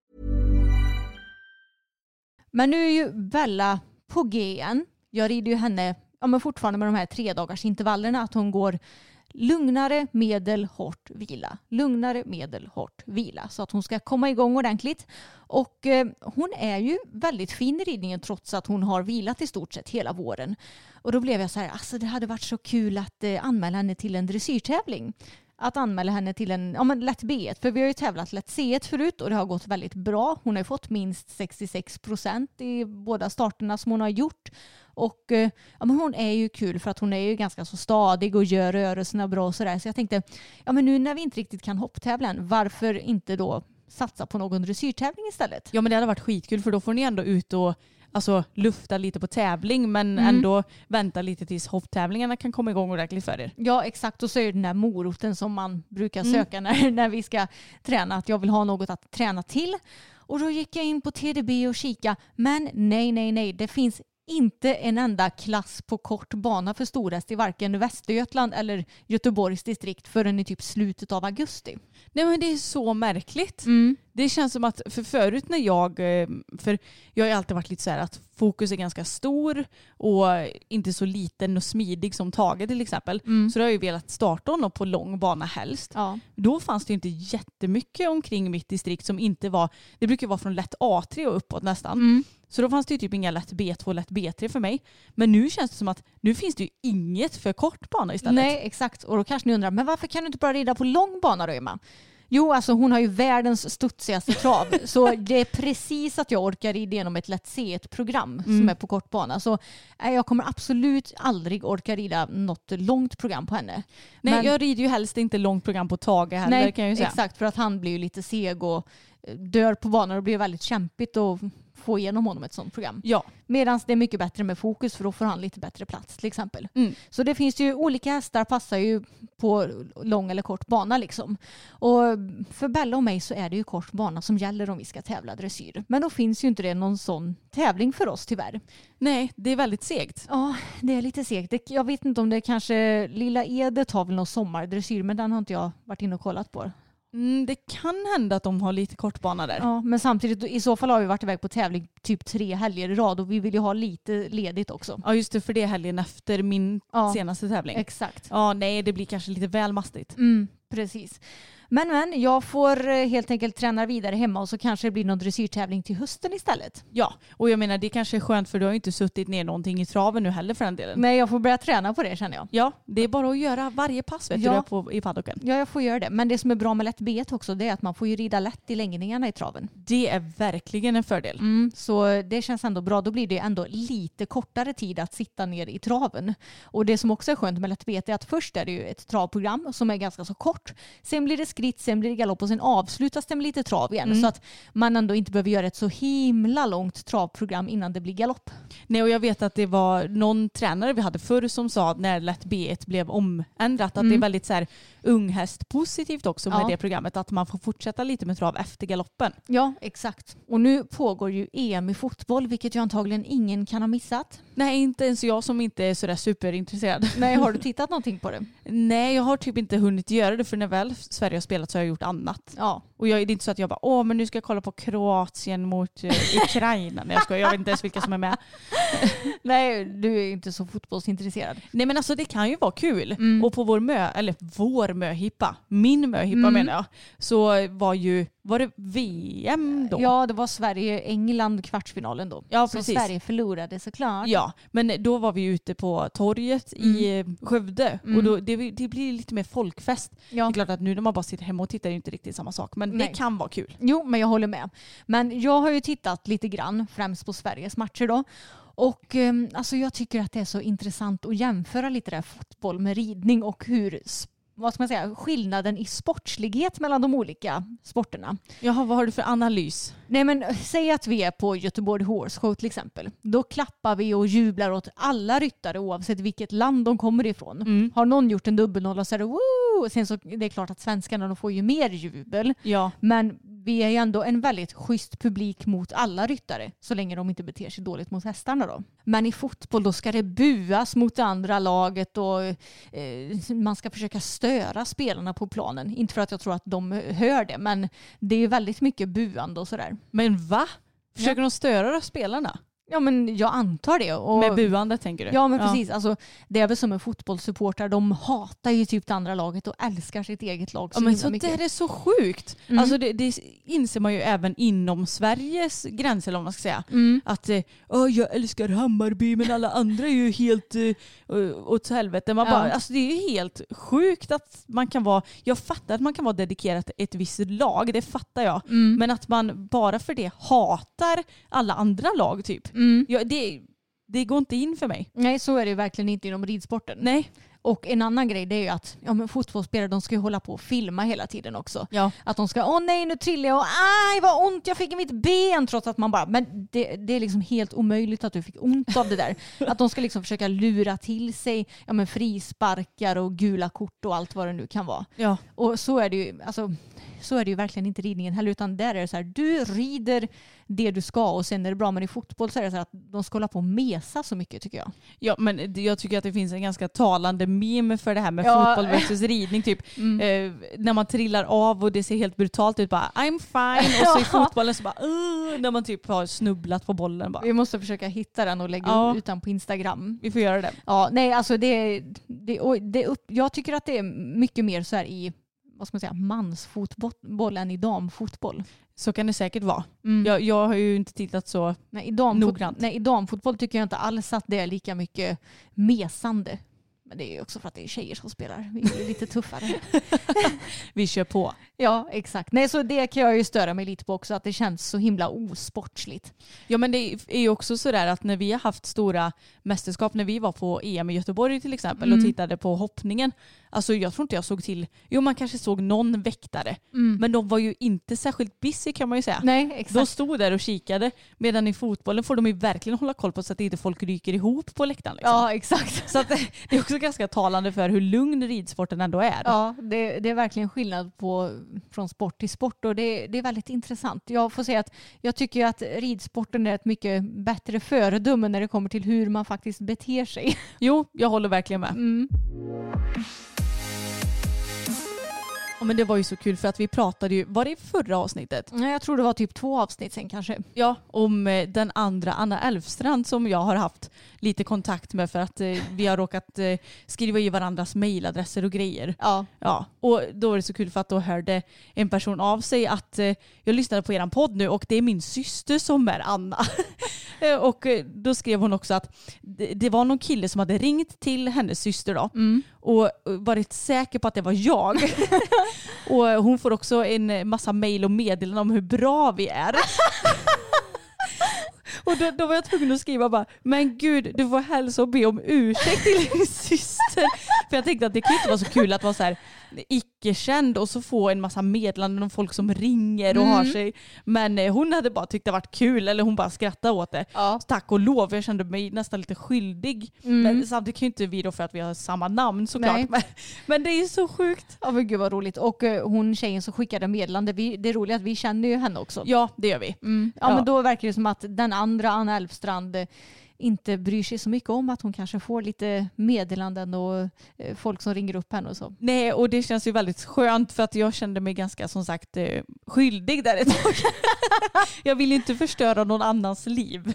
Men nu är ju Bella på G igen. Jag rider ju henne men fortfarande med de här 3 dagars intervallerna. Att hon går lugnare, medel, hårt, vila. Lugnare, medel, hårt, vila. Så att hon ska komma igång ordentligt. Och hon är ju väldigt fin i ridningen trots att hon har vilat i stort sett hela våren. Och då blev jag så här, alltså det hade varit så kul att anmäla henne till en dressyrtävling. Att anmäla henne till en lätt B1. För vi har ju tävlat lätt C1 förut och det har gått väldigt bra. Hon har ju fått minst 66% i båda starterna som hon har gjort. Och men hon är ju kul för att hon är ju ganska så stadig och gör rörelserna bra och sådär. Så jag tänkte, men nu när vi inte riktigt kan hopptävla än, varför inte då satsa på någon dressyrtävling istället?
Ja men det hade varit skitkul för då får ni ändå ut och lufta lite på tävling men ändå vänta lite tills hopptävlingarna kan komma igång ordentligt för er.
Ja exakt, och så är det den där moroten som man brukar söka när vi ska träna, att jag vill ha något att träna till. Och då gick jag in på TDB och kika, men nej, det finns inte en enda klass på kort bana för storhäst i varken Västergötland eller Göteborgs distrikt förrän i typ slutet av augusti.
Nej men det är så märkligt. Det känns som att för förut när för jag har alltid varit lite så här att fokus är ganska stor och inte så liten och smidig som Tage till exempel. Så då har jag ju velat starta honom på lång bana helst. Ja. Då fanns det ju inte jättemycket omkring mitt distrikt som inte var, det brukar vara från lätt A3 och uppåt nästan. Så då fanns det ju typ inga lätt B2 och lätt B3 för mig. Men nu känns det som att nu finns det ju inget för kort bana istället.
Nej, exakt. Och då kanske ni undrar, men varför kan du inte bara rida på lång bana då, Emma? Jo, alltså hon har ju världens studsigaste trav. Så det är precis att jag orkar rida igenom ett lätt C1-program som är på kort bana. Så jag kommer absolut aldrig orka rida något långt program på henne.
Nej, men jag rider ju helst inte långt program på Tage heller.
Nej,
kan jag ju säga.
Exakt, för att han blir ju lite seg och dör på banan och blir väldigt kämpigt och få igenom honom ett sånt program.
Ja.
Medan det är mycket bättre med fokus för då får han lite bättre plats till exempel. Så det finns ju olika hästar passar ju på lång eller kort bana liksom. Och för Bella och mig så är det ju kort bana som gäller om vi ska tävla dressyr. Men då finns ju inte det någon sån tävling för oss tyvärr.
Nej, det är väldigt segt.
Ja, det är lite segt. Jag vet inte om det kanske Lilla Edet har väl någon sommardressyr, men den har inte jag varit inne och kollat på.
Det kan hända att de har lite kortbana där.
Ja, men samtidigt i så fall har vi varit iväg på tävling typ 3 helger i rad och vi vill ju ha lite ledigt också.
Ja, just det, för det är helgen efter min senaste tävling.
Exakt.
Ja, nej, det blir kanske lite väl mastigt.
Precis. Men jag får helt enkelt träna vidare hemma och så kanske det blir någon dressyrtävling till hösten istället.
Ja, och jag menar det kanske är skönt för du har ju inte suttit ner någonting i traven nu heller för den delen.
Nej, jag får börja träna på det känner jag.
Ja, det är bara att göra varje pass vet du i paddocken.
Ja, jag får göra det. Men det som är bra med lätt B1 också det är att man får ju rida lätt i längdningarna i traven.
Det är verkligen en fördel.
Så det känns ändå bra. Då blir det ändå lite kortare tid att sitta ner i traven. Och det som också är skönt med lätt B1 är att först är det ju ett travprogram som är ganska så kort. Sen blir det skritt, sen blir det galopp och sen avslutas det med lite trav igen. Så att man ändå inte behöver göra ett så himla långt travprogram innan det blir galopp.
Nej, och jag vet att det var någon tränare vi hade förr som sa att när lätt B1 blev omändrat att det är väldigt så här unghästpositivt också med det programmet, att man får fortsätta lite med trav efter galoppen.
Ja, exakt. Och nu pågår ju EM i fotboll, vilket ju antagligen ingen kan ha missat.
Nej, inte ens jag som inte är sådär superintresserad.
Nej, har du tittat någonting på det?
Nej, jag har typ inte hunnit göra det, för när väl Sverige har spelat så har jag gjort annat.
Ja.
Och det är inte så att jag bara, men nu ska jag kolla på Kroatien mot Ukraina. Nej, jag vet inte ens vilka som är med.
Nej, du är inte så fotbollsintresserad.
Nej, men alltså det kan ju vara kul. Och på vår min möhippa menar jag, så var det VM då?
Ja, det var Sverige-England kvartsfinalen då.
Ja,
så
precis.
Sverige förlorade såklart.
Ja, men då var vi ute på torget i Skövde och då, det blir lite mer folkfest.
Ja.
Det är klart att nu när man bara sitter hemma och tittar är det inte riktigt samma sak, men det kan vara kul.
Jo, men jag håller med. Men jag har ju tittat lite grann, främst på Sveriges matcher då. Och alltså jag tycker att det är så intressant att jämföra lite där fotboll med ridning och hur skillnaden i sportslighet mellan de olika sporterna.
Jaha, vad har du för analys?
Nej, men säg att vi är på Göteborg Horse Show till exempel. Då klappar vi och jublar åt alla ryttare oavsett vilket land de kommer ifrån. Har någon gjort en dubbelnolla så är det woo! Sen så det är klart att svenskarna de får ju mer jubel.
Ja.
Men vi är ju ändå en väldigt schysst publik mot alla ryttare så länge de inte beter sig dåligt mot hästarna då. Men i fotboll då ska det buas mot det andra laget och man ska försöka störa spelarna på planen. Inte för att jag tror att de hör det, men det är väldigt mycket buande och sådär.
Men va? Försöker de störa spelarna?
Ja, men jag antar det. Och
med buande tänker du?
Ja, men precis. Alltså, det är väl som en fotbollssupporter. De hatar ju typ det andra laget och älskar sitt eget lag så
men så
mycket.
det är så sjukt. Alltså det inser man ju även inom Sveriges gränser, om man ska säga. Att jag älskar Hammarby men alla andra är ju helt åt helvete. Man bara, alltså det är ju helt sjukt att man kan vara, jag fattar att man kan vara dedikerad till ett visst lag, det fattar jag. Men att man bara för det hatar alla andra lag typ. Ja, det går inte in för mig.
Nej, så är det verkligen inte inom ridsporten.
Nej.
Och en annan grej det är ju att men fotbollsspelare de ska ju hålla på och filma hela tiden också.
Ja.
Att de ska, nej nu trillar jag och aj vad ont jag fick i mitt ben, trots att man bara, men det är liksom helt omöjligt att du fick ont av det där. Att de ska liksom försöka lura till sig frisparkar och gula kort och allt vad det nu kan vara.
Ja.
Och så är det ju, alltså så är det ju verkligen inte ridningen heller, utan där är det så här, du rider det du ska och sen är det bra, men i fotboll så är det så här att de ska hålla på och mesa så mycket tycker jag.
Ja, men jag tycker att det finns en ganska talande meme för det här med fotboll versus ridning typ. När man trillar av och det ser helt brutalt ut, bara I'm fine, och så i fotbollen så bara när man typ har snubblat på bollen bara.
Vi måste försöka hitta den och lägga ut den på Instagram.
Vi får göra det.
Ja, nej alltså jag tycker att det är mycket mer så här i mansfotboll än i damfotboll.
Så kan det säkert vara. Jag har ju inte tittat så noggrant.
Nej, i damfotboll tycker jag inte alls att det är lika mycket mesande. Men det är ju också för att det är tjejer som spelar. Vi är lite tuffare.
Vi kör på.
Ja, exakt. Nej, så det kan jag ju störa mig lite på också, att det känns så himla osportsligt.
Ja, men det är ju också sådär att när vi har haft stora mästerskap, när vi var på EM i Göteborg till exempel och tittade på hoppningen, alltså jag tror inte jag såg till, man kanske såg någon väktare, men de var ju inte särskilt busy kan man ju säga.
Nej, exakt.
De stod där och kikade, medan i fotbollen får de ju verkligen hålla koll på så att inte folk ryker ihop på läktaren. Liksom.
Ja, exakt.
Så att det är också ganska talande för hur lugn ridsporten ändå är.
Ja, det är verkligen skillnad från sport till sport, och det är väldigt intressant. Jag får säga att jag tycker att ridsporten är ett mycket bättre föredöme när det kommer till hur man faktiskt beter sig.
Jo, jag håller verkligen med. Ja, men det var ju så kul för att vi pratade ju, var det i förra avsnittet?
Nej, jag tror det var typ 2 avsnitt sen kanske.
Ja, om den andra Anna Elfstrand som jag har haft lite kontakt med för att vi har råkat skriva i varandras mejladresser och grejer. Ja. Och då var det så kul för att då hörde en person av sig att jag lyssnade på eran podd nu och det är min syster som är Anna. Och då skrev hon också att det var någon kille som hade ringt till hennes syster då och varit säker på att det var jag. Och hon får också en massa mejl och meddelanden om hur bra vi är. Och då var jag tvungen att skriva bara, men gud, du får hälsa och be om ursäkt till din syster. För jag tänkte att det kan inte vara så kul att vara så här icke-känd och så få en massa meddelanden om folk som ringer och har sig. Men hon hade bara tyckt det varit kul, eller hon bara skrattade åt det. Ja. Tack och lov, jag kände mig nästan lite skyldig. Men samtidigt kan ju inte vi då för att vi har samma namn såklart. Men det är så sjukt.
Ja men gud vad roligt. Och hon tjejen som skickade meddelande, det är roligt att vi känner ju henne också.
Ja det gör vi.
Ja men då verkar det som att den andra Anna Elfstrand inte bryr sig så mycket om att hon kanske får lite meddelanden och folk som ringer upp henne och så.
Nej, och det känns ju väldigt skönt för att jag kände mig ganska som sagt skyldig där ett tag. Jag vill inte förstöra någon annans liv.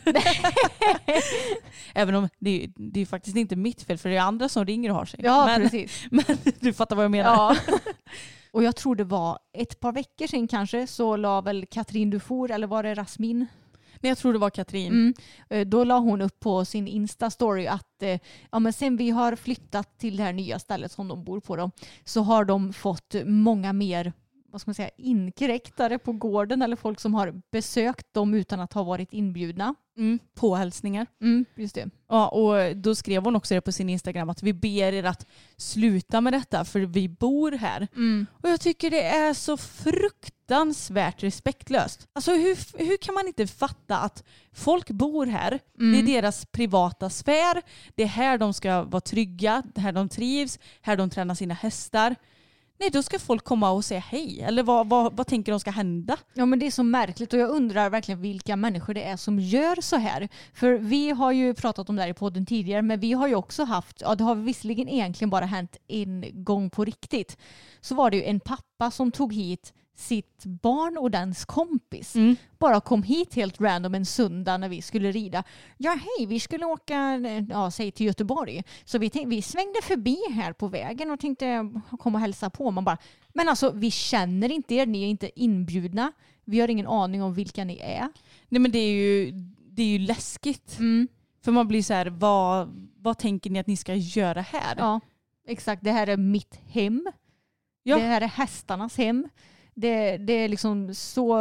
Även om det är faktiskt inte mitt fel för det är andra som ringer och har sig.
Ja, precis.
Men du fattar vad jag menar.
Ja. Och jag tror det var ett par veckor sedan kanske så la väl Katrin Dufour, eller var det Rasmin?
Nej, jag tror det var Katrin.
Då la hon upp på sin Insta-story att men sen vi har flyttat till det här nya stället som de bor på då, så har de fått många mer, vad ska man säga, inkräktare på gården eller folk som har besökt dem utan att ha varit inbjudna.
Påhälsningar.
Just det.
Ja, och då skrev hon också det på sin Instagram att vi ber er att sluta med detta för vi bor här. Och jag tycker det är så fruktansvärt respektlöst. Alltså hur kan man inte fatta att folk bor här? Det är deras privata sfär. Det är här de ska vara trygga, här de trivs, här de tränar sina hästar. Nej, då ska folk komma och säga hej. Eller vad tänker de ska hända?
Ja, men det är så märkligt och jag undrar verkligen vilka människor det är som gör så här. För vi har ju pratat om det här i podden tidigare, men vi har ju också haft, det har visserligen egentligen bara hänt en gång på riktigt. Så var det ju en pappa som tog hit sitt barn och dens kompis. Bara kom hit helt random en söndag när vi skulle rida. Ja hej, vi skulle åka säg till Göteborg. Så vi svängde förbi här på vägen och tänkte komma och hälsa på. Man bara, men alltså vi känner inte er, ni är inte inbjudna. Vi har ingen aning om vilka ni är.
Nej men det är ju läskigt. För man blir så här, vad tänker ni att ni ska göra här?
Ja, exakt. Det här är mitt hem. Ja. Det här är hästarnas hem. Det är liksom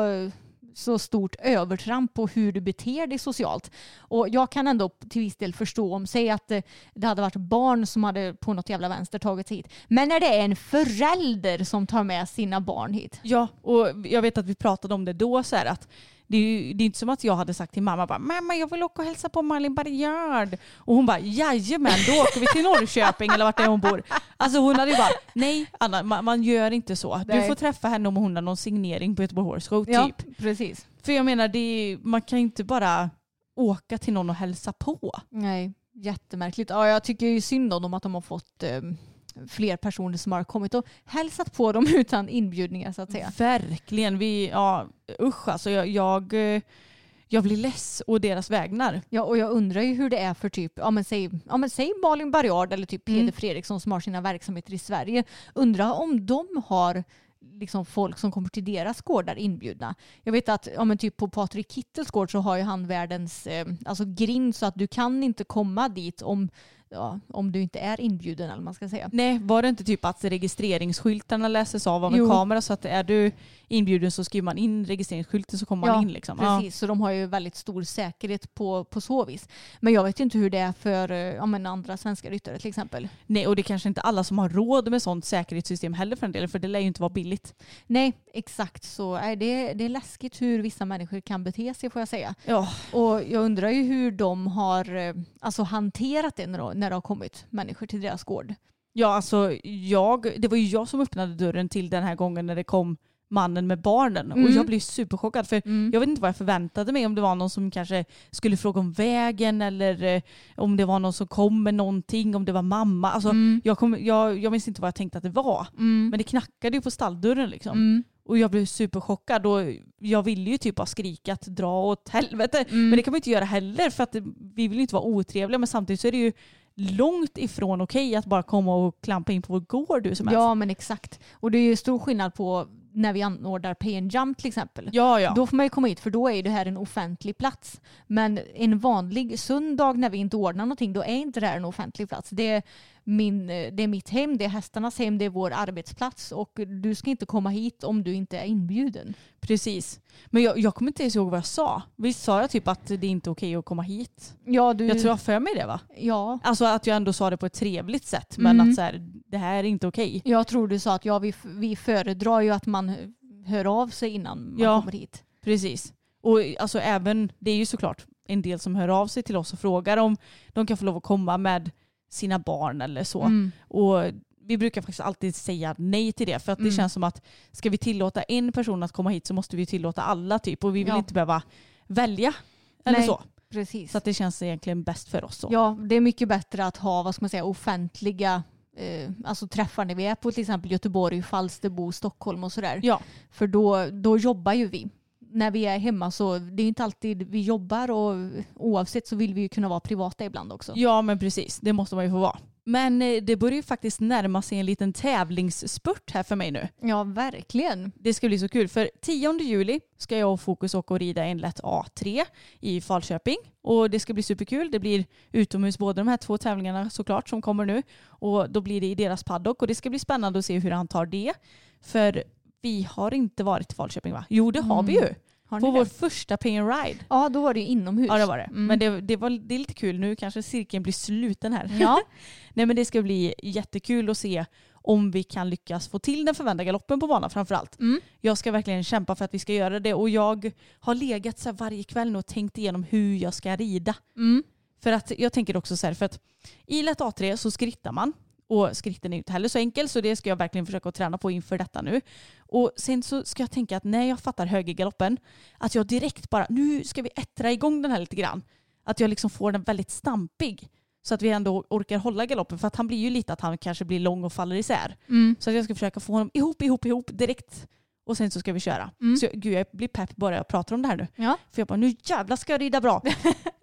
så stort övertramp på hur du beter dig socialt. Och jag kan ändå till viss del förstå om säg att det hade varit barn som hade på något jävla vänster tagit hit. Men när det är en förälder som tar med sina barn hit.
Ja, och jag vet att vi pratade om det då så här att det är inte som att jag hade sagt till mamma jag vill åka och hälsa på Malin Barriard. Och hon bara, jajamän, då åker vi till Norrköping eller vart det är hon bor. Alltså hon hade ju bara, nej Anna, man gör inte så. Du får träffa henne om hon har någon signering på Göteborg Horse Show typ.
Ja, precis.
För jag menar, man kan inte bara åka till någon och hälsa på.
Nej, jättemärkligt. Ja, jag tycker ju synd om dem att de har fått fler personer som har kommit och hälsat på dem utan inbjudningar så att säga.
Verkligen. Usch alltså jag blir less å deras vägnar.
Ja, och jag undrar ju hur det är för typ, säg Malin Barriard eller typ Peder Fredriksson som har sina verksamheter i Sverige. Undrar om de har liksom folk som kommer till deras gårdar inbjudna. Jag vet att typ på Patrik Kittels gård så har ju han världens grind så att du kan inte komma dit om du inte är inbjuden eller man ska säga.
Nej, var det inte typ att registreringsskyltarna läses av en kamera så att är du inbjuden så skriver man in registreringsskylten så kommer man in liksom.
Precis, så de har ju väldigt stor säkerhet på så vis. Men jag vet inte hur det är för andra svenska ryttare till exempel.
Nej, och det är kanske inte alla som har råd med sånt säkerhetssystem heller för en del, för det lär ju inte vara billigt.
Nej, exakt så. Det är läskigt hur vissa människor kan bete sig får jag säga.
Ja.
Och jag undrar ju hur de har hanterat det när det har kommit människor till deras gård.
Ja, alltså det var ju jag som öppnade dörren till den här gången när det kom mannen med barnen. Och jag blev superchockad för jag vet inte vad jag förväntade mig. Om det var någon som kanske skulle fråga om vägen eller om det var någon som kom med någonting. Om det var mamma. Alltså, jag minns inte vad jag tänkte att det var. Men det knackade ju på stalldörren liksom. Och jag blev superchockad och jag ville ju typ bara skrika att dra åt helvete. Men det kan man inte göra heller för att vi vill inte vara otrevliga. Men samtidigt så är det ju långt ifrån okej att bara komma och klampa in på vår gård.
Ja, men exakt. Och det är ju stor skillnad på när vi anordnar Pay and Jump till exempel.
Ja.
Då får man ju komma hit för då är det här en offentlig plats. Men en vanlig söndag när vi inte ordnar någonting då är inte det här en offentlig plats. det är mitt hem, det är hästarnas hem, det är vår arbetsplats och du ska inte komma hit om du inte är inbjuden.
Precis. Men jag kommer inte ens ihåg vad jag sa. Visst sa jag typ att det är inte okej att komma hit?
Ja,
Jag tror jag för mig det, va?
Ja.
Alltså att jag ändå sa det på ett trevligt sätt, men att så här, det här är inte okej.
Jag tror du sa att vi föredrar ju att man hör av sig innan man kommer hit.
Precis. Och alltså även, det är ju såklart en del som hör av sig till oss och frågar om de kan få lov att komma med sina barn eller så. Och vi brukar faktiskt alltid säga nej till det, för att det känns som att ska vi tillåta en person att komma hit så måste vi tillåta alla typ, och vi vill inte behöva välja eller så.
Precis.
Så att det känns egentligen bäst för oss så.
Ja, det är mycket bättre att ha, vad ska man säga, offentliga alltså träffar när vi är på till exempel Göteborg, Falsterbo, Stockholm och sådär.
Ja.
För då jobbar ju vi. När vi är hemma så det är inte alltid vi jobbar, och oavsett så vill vi ju kunna vara privata ibland också.
Ja, men precis. Det måste man ju få vara. Men det börjar ju faktiskt närma sig en liten tävlingsspurt här för mig nu.
Ja, verkligen.
Det ska bli så kul. För 10 juli ska jag och Fokus åka och rida en lätt A3 i Falköping. Och det ska bli superkul. Det blir utomhus båda de här 2 tävlingarna såklart som kommer nu. Och då blir det i deras paddock. Och det ska bli spännande att se hur han tar det. För vi har inte varit i Falköping, va? Jo, det har vi ju. På vår första Pay and Ride.
Ja, då var det ju inomhus.
Ja, det var det. Men det är lite kul. Nu kanske cirkeln blir sluten här.
Ja.
Nej, men det ska bli jättekul att se om vi kan lyckas få till den förvända galoppen på banan framförallt. Jag ska verkligen kämpa för att vi ska göra det. Och jag har legat så här varje kväll och tänkt igenom hur jag ska rida. För att jag tänker också så här, för att i lätt A3 så skrittar man. Och skritten är inte heller så enkel, så det ska jag verkligen försöka att träna på inför detta nu. Och sen så ska jag tänka att när jag fattar högergaloppen, att jag direkt bara, nu ska vi ättra igång den här lite grann. Att jag liksom får den väldigt stampig. Så att vi ändå orkar hålla galoppen, för att han blir ju lite att han kanske blir lång och faller isär. Så att jag ska försöka få honom ihop direkt. Och sen så ska vi köra. Så gud, jag blir pepp bara jag pratar om det här nu.
Ja.
För jag bara, nu jävlar ska jag rida bra.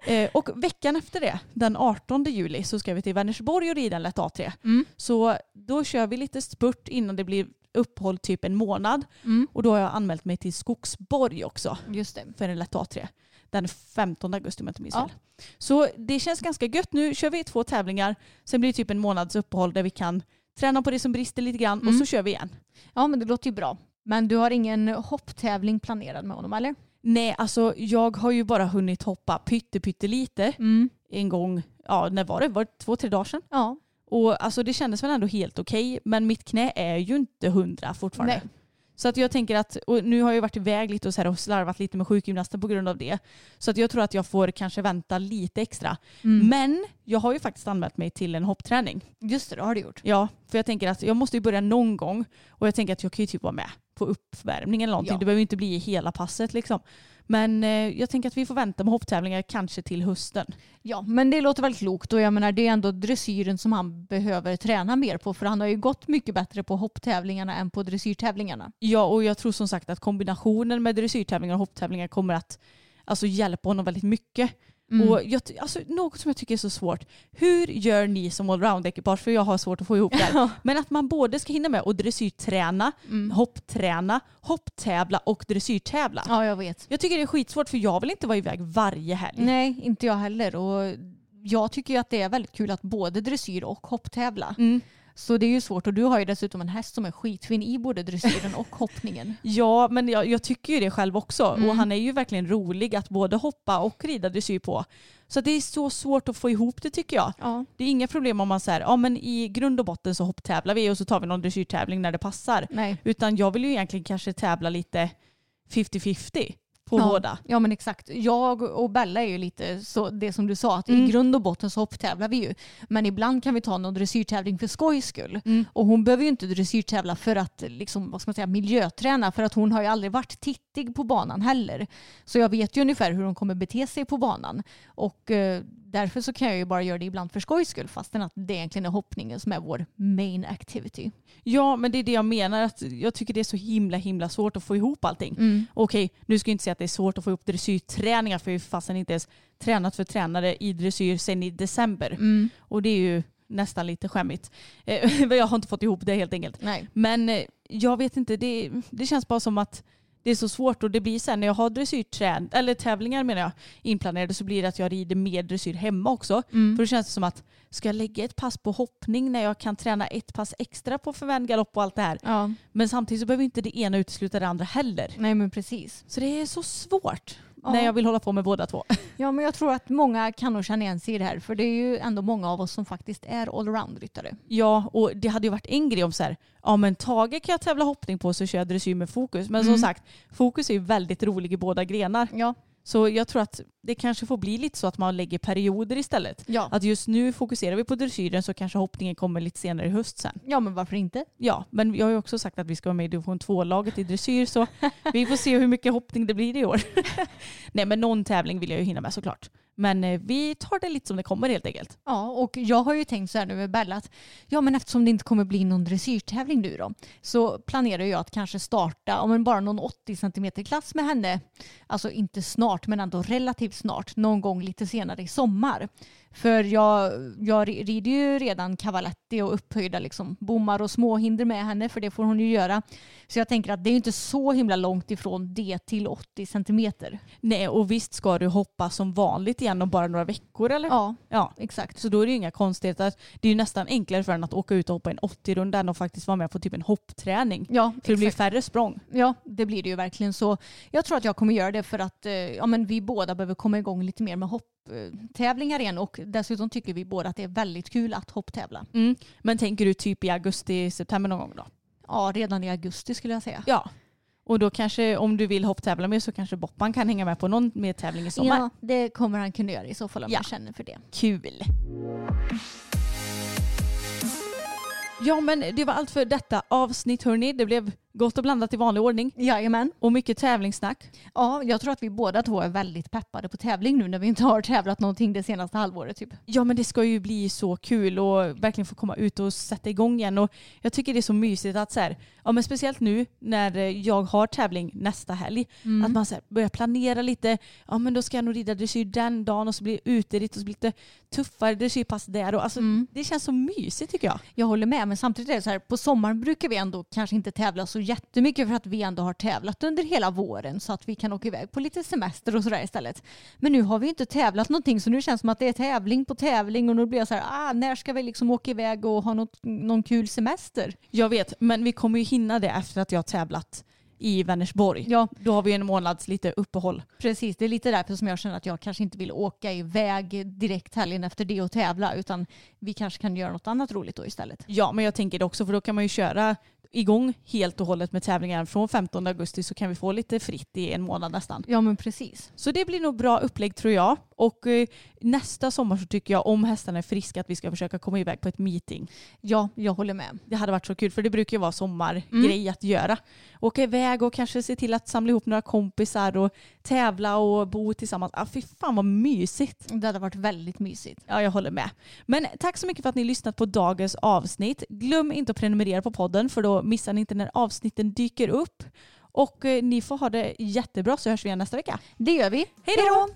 Och veckan efter det, den 18 juli, så ska vi till Vänersborg och rida en lätt A3. Så då kör vi lite spurt innan det blir uppehåll typ en månad. Och då har jag anmält mig till Skogsborg också.
Just det.
För en lätt A3. Den 15 augusti om jag inte minns fel. Så det känns ganska gött. Nu kör vi 2 tävlingar. Sen blir det typ en månads uppehåll där vi kan träna på det som brister lite grann. Och så kör vi igen.
Ja, men det låter ju bra. Men du har ingen hopptävling planerad med honom, eller?
Nej, alltså jag har ju bara hunnit hoppa pyttelite en gång. Ja, när var det? Var det 2-3 dagar sedan?
Ja.
Och alltså det kändes väl ändå helt okej. Men mitt knä är ju inte 100 fortfarande.
Nej.
Så att jag tänker att, och nu har jag varit iväg lite och, så här och slarvat lite med sjukgymnasten på grund av det. Så att jag tror att jag får kanske vänta lite extra. Men jag har ju faktiskt anmält mig till en hoppträning.
Just det har du gjort.
Ja, för jag tänker att jag måste ju börja någon gång. Och jag tänker att jag kan ju typ vara med på uppvärmning eller någonting.
Ja.
Det behöver ju inte bli hela passet liksom. Men jag tänker att vi får vänta med hopptävlingar kanske till hösten.
Ja, men det låter väl klokt. Och jag menar, det är ändå dressyren som han behöver träna mer på. För han har ju gått mycket bättre på hopptävlingarna än på dressyrtävlingarna.
Ja, och jag tror som sagt att kombinationen med dressyrtävlingar och hopptävlingar kommer att alltså, hjälpa honom väldigt mycket. Och något som jag tycker är så svårt. Hur gör ni som allround-ekipage? För jag har svårt att få ihop det här. Men att man både ska hinna med och dressyrträna, hoppträna, hopptävla och dressyrtävla.
Ja, jag vet.
Jag tycker det är skitsvårt, för jag vill inte vara iväg varje helg.
Nej, inte jag heller. Och jag tycker ju att det är väldigt kul att både dressyr och hopptävla. Så det är ju svårt, och du har ju dessutom en häst som är skitfin i både dressyren och hoppningen.
Ja, men jag tycker ju det själv också. Och han är ju verkligen rolig att både hoppa och rida dressyr på. Så det är så svårt att få ihop det tycker jag.
Ja.
Det är inga problem om man säger, ja men i grund och botten så hopptävlar vi och så tar vi någon dressyrtävling när det passar.
Nej.
Utan jag vill ju egentligen kanske tävla lite 50-50. På båda.
Ja, men exakt. Jag och Bella är ju lite så det som du sa, att i grund och botten så hopptävlar vi ju. Men ibland kan vi ta någon dressyrtävling för skojs skull. Och hon behöver ju inte dressyrtävla för att liksom, vad ska man säga, miljöträna, för att hon har ju aldrig varit tittig på banan heller. Så jag vet ju ungefär hur hon kommer bete sig på banan. Och därför så kan jag ju bara göra det ibland för skojs skull, fastän att det egentligen är hoppningen som är vår main activity.
Ja, men det är det jag menar, att jag tycker det är så himla svårt att få ihop allting. Okej, nu ska jag inte säga att det är svårt att få ihop dressyrträningar, för jag har fastän inte ens tränat för tränare i dressyr sedan i december. Och det är ju nästan lite skämmigt. Jag har inte fått ihop det helt enkelt.
Nej.
Men jag vet inte, det känns bara som att det är så svårt och det blir sen när jag har dressyrträning eller tävlingar menar jag inplanerade så blir det att jag rider mer dressyr hemma också. För det känns det som att ska jag lägga ett pass på hoppning när jag kan träna ett pass extra på förvänd galopp och allt det här.
Ja.
Men samtidigt så behöver inte det ena utesluta det andra heller.
Nej men precis.
Så det är så svårt när jag vill hålla på med båda två.
Ja men jag tror att många kan nog känna igen sig i det här. För det är ju ändå många av oss som faktiskt är allround-ryttare.
Ja och det hade ju varit en grej om så här, ja men Tage kan jag tävla hoppning på så kör jag dressyr med fokus. Men som sagt, fokus är ju väldigt rolig i båda grenar.
Ja.
Så jag tror att det kanske får bli lite så att man lägger perioder istället.
Ja.
Att just nu fokuserar vi på dressyren så kanske hoppningen kommer lite senare i höst sen.
Ja men varför inte?
Ja, men jag har ju också sagt att vi ska vara med i division 2-laget i dressyr så vi får se hur mycket hoppning det blir i år. Nej men någon tävling vill jag ju hinna med såklart. Men vi tar det lite som det kommer helt enkelt.
Ja, och jag har ju tänkt så här nu med Bella att ja, men eftersom det inte kommer bli någon dressyrtävling nu då så planerar jag att kanske starta om bara någon 80 cm-klass med henne. Alltså inte snart men ändå relativt snart. Någon gång lite senare i sommar. För jag rider ju redan cavaletti och upphöjda liksom, bommar och småhinder med henne för det får hon ju göra. Så jag tänker att det är inte så himla långt ifrån det till 80 centimeter.
Nej och visst ska du hoppa som vanligt igen om bara några veckor eller?
Ja, exakt.
Så då är det ju inga konstigheter. Det är ju nästan enklare för en att åka ut och hoppa en 80-runda än att faktiskt vara med på typ en hoppträning.
Ja,
för det blir färre språng.
Ja, det blir det ju verkligen så. Jag tror att jag kommer göra det för att men vi båda behöver komma igång lite mer med hopptävlingar igen och dessutom tycker vi båda att det är väldigt kul att hopptävla.
Men tänker du typ i augusti-september någon gång då?
Ja, redan i augusti skulle jag säga.
Ja. Och då kanske om du vill hopptävla med så kanske Boppan kan hänga med på någon mer tävling i sommar.
Ja, det kommer han kunna göra i så fall om jag känner för det.
Kul. Ja men det var allt för detta avsnitt hörni. Det blev gott och blandat i vanlig ordning.
Jajamän.
Och mycket tävlingssnack.
Ja, jag tror att vi båda två är väldigt peppade på tävling nu när vi inte har tävlat någonting det senaste halvåret typ.
Ja men det ska ju bli så kul och verkligen få komma ut och sätta igång igen. Och jag tycker det är så mysigt att så här, ja men speciellt nu när jag har tävling nästa helg. Att man så här, börjar planera lite. Ja men då ska jag nog rida dressyr den dagen och så blir det uteritt och så blir det lite tuffare dressyrpass där. Och alltså, det känns så mysigt tycker jag.
Jag håller med men samtidigt är det så här, på sommaren brukar vi ändå kanske inte tävla så jättemycket för att vi ändå har tävlat under hela våren så att vi kan åka iväg på lite semester och sådär istället. Men nu har vi inte tävlat någonting så nu känns det som att det är tävling på tävling och nu blir jag så här, när ska vi liksom åka iväg och ha någon kul semester?
Jag vet, men vi kommer ju hinna det efter att jag har tävlat i Vänersborg.
Ja.
Då har vi en månads lite uppehåll.
Precis, det är lite därför som jag känner att jag kanske inte vill åka iväg direkt helgen efter det och tävla utan vi kanske kan göra något annat roligt då istället.
Ja, men jag tänker det också för då kan man ju köra igång helt och hållet med tävlingar från 15 augusti så kan vi få lite fritt i en månad nästan.
Ja men precis.
Så det blir nog bra upplägg tror jag. Och nästa sommar så tycker jag om hästarna är friska att vi ska försöka komma iväg på ett meeting.
Ja, jag håller med.
Det hade varit så kul för det brukar ju vara sommargrej att göra. Åka iväg och kanske se till att samla ihop några kompisar och tävla och bo tillsammans. Fy fan vad mysigt.
Det hade varit väldigt mysigt.
Ja, jag håller med. Men tack så mycket för att ni lyssnat på dagens avsnitt. Glöm inte att prenumerera på podden för då missar ni inte när avsnitten dyker upp. Och ni får ha det jättebra så hörs vi igen nästa vecka.
Det gör vi.
Hej då!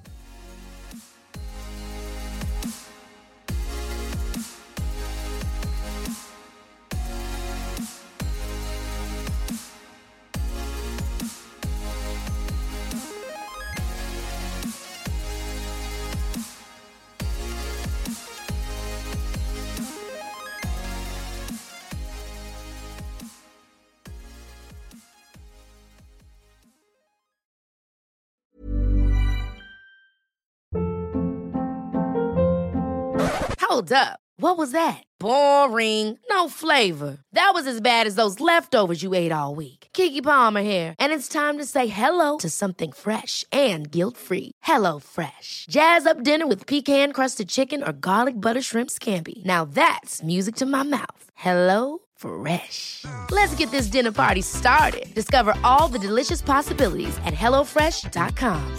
Hold up. What was that? Boring. No flavor. That was as bad as those leftovers you ate all week. Keke Palmer here. And it's time to say hello to something fresh and guilt-free. Hello Fresh. Jazz up dinner with pecan-crusted chicken or garlic butter shrimp scampi. Now that's music to my mouth. Hello Fresh. Let's get this dinner party started. Discover all the delicious possibilities at hellofresh.com.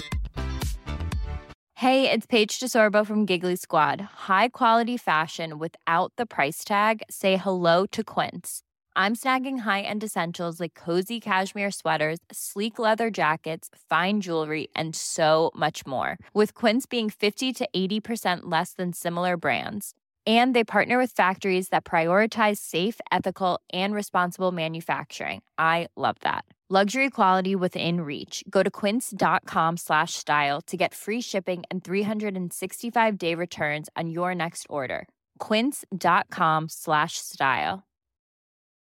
Hey, it's Paige DeSorbo from Giggly Squad. High quality fashion without the price tag. Say hello to Quince. I'm snagging high-end essentials like cozy cashmere sweaters, sleek leather jackets, fine jewelry, and so much more. With Quince being 50 to 80% less than similar brands. And they partner with factories that prioritize safe, ethical, and responsible manufacturing. I love that. Luxury quality within reach. Go to quince.com/style to get free shipping and 365-day returns on your next order. Quince.com/style.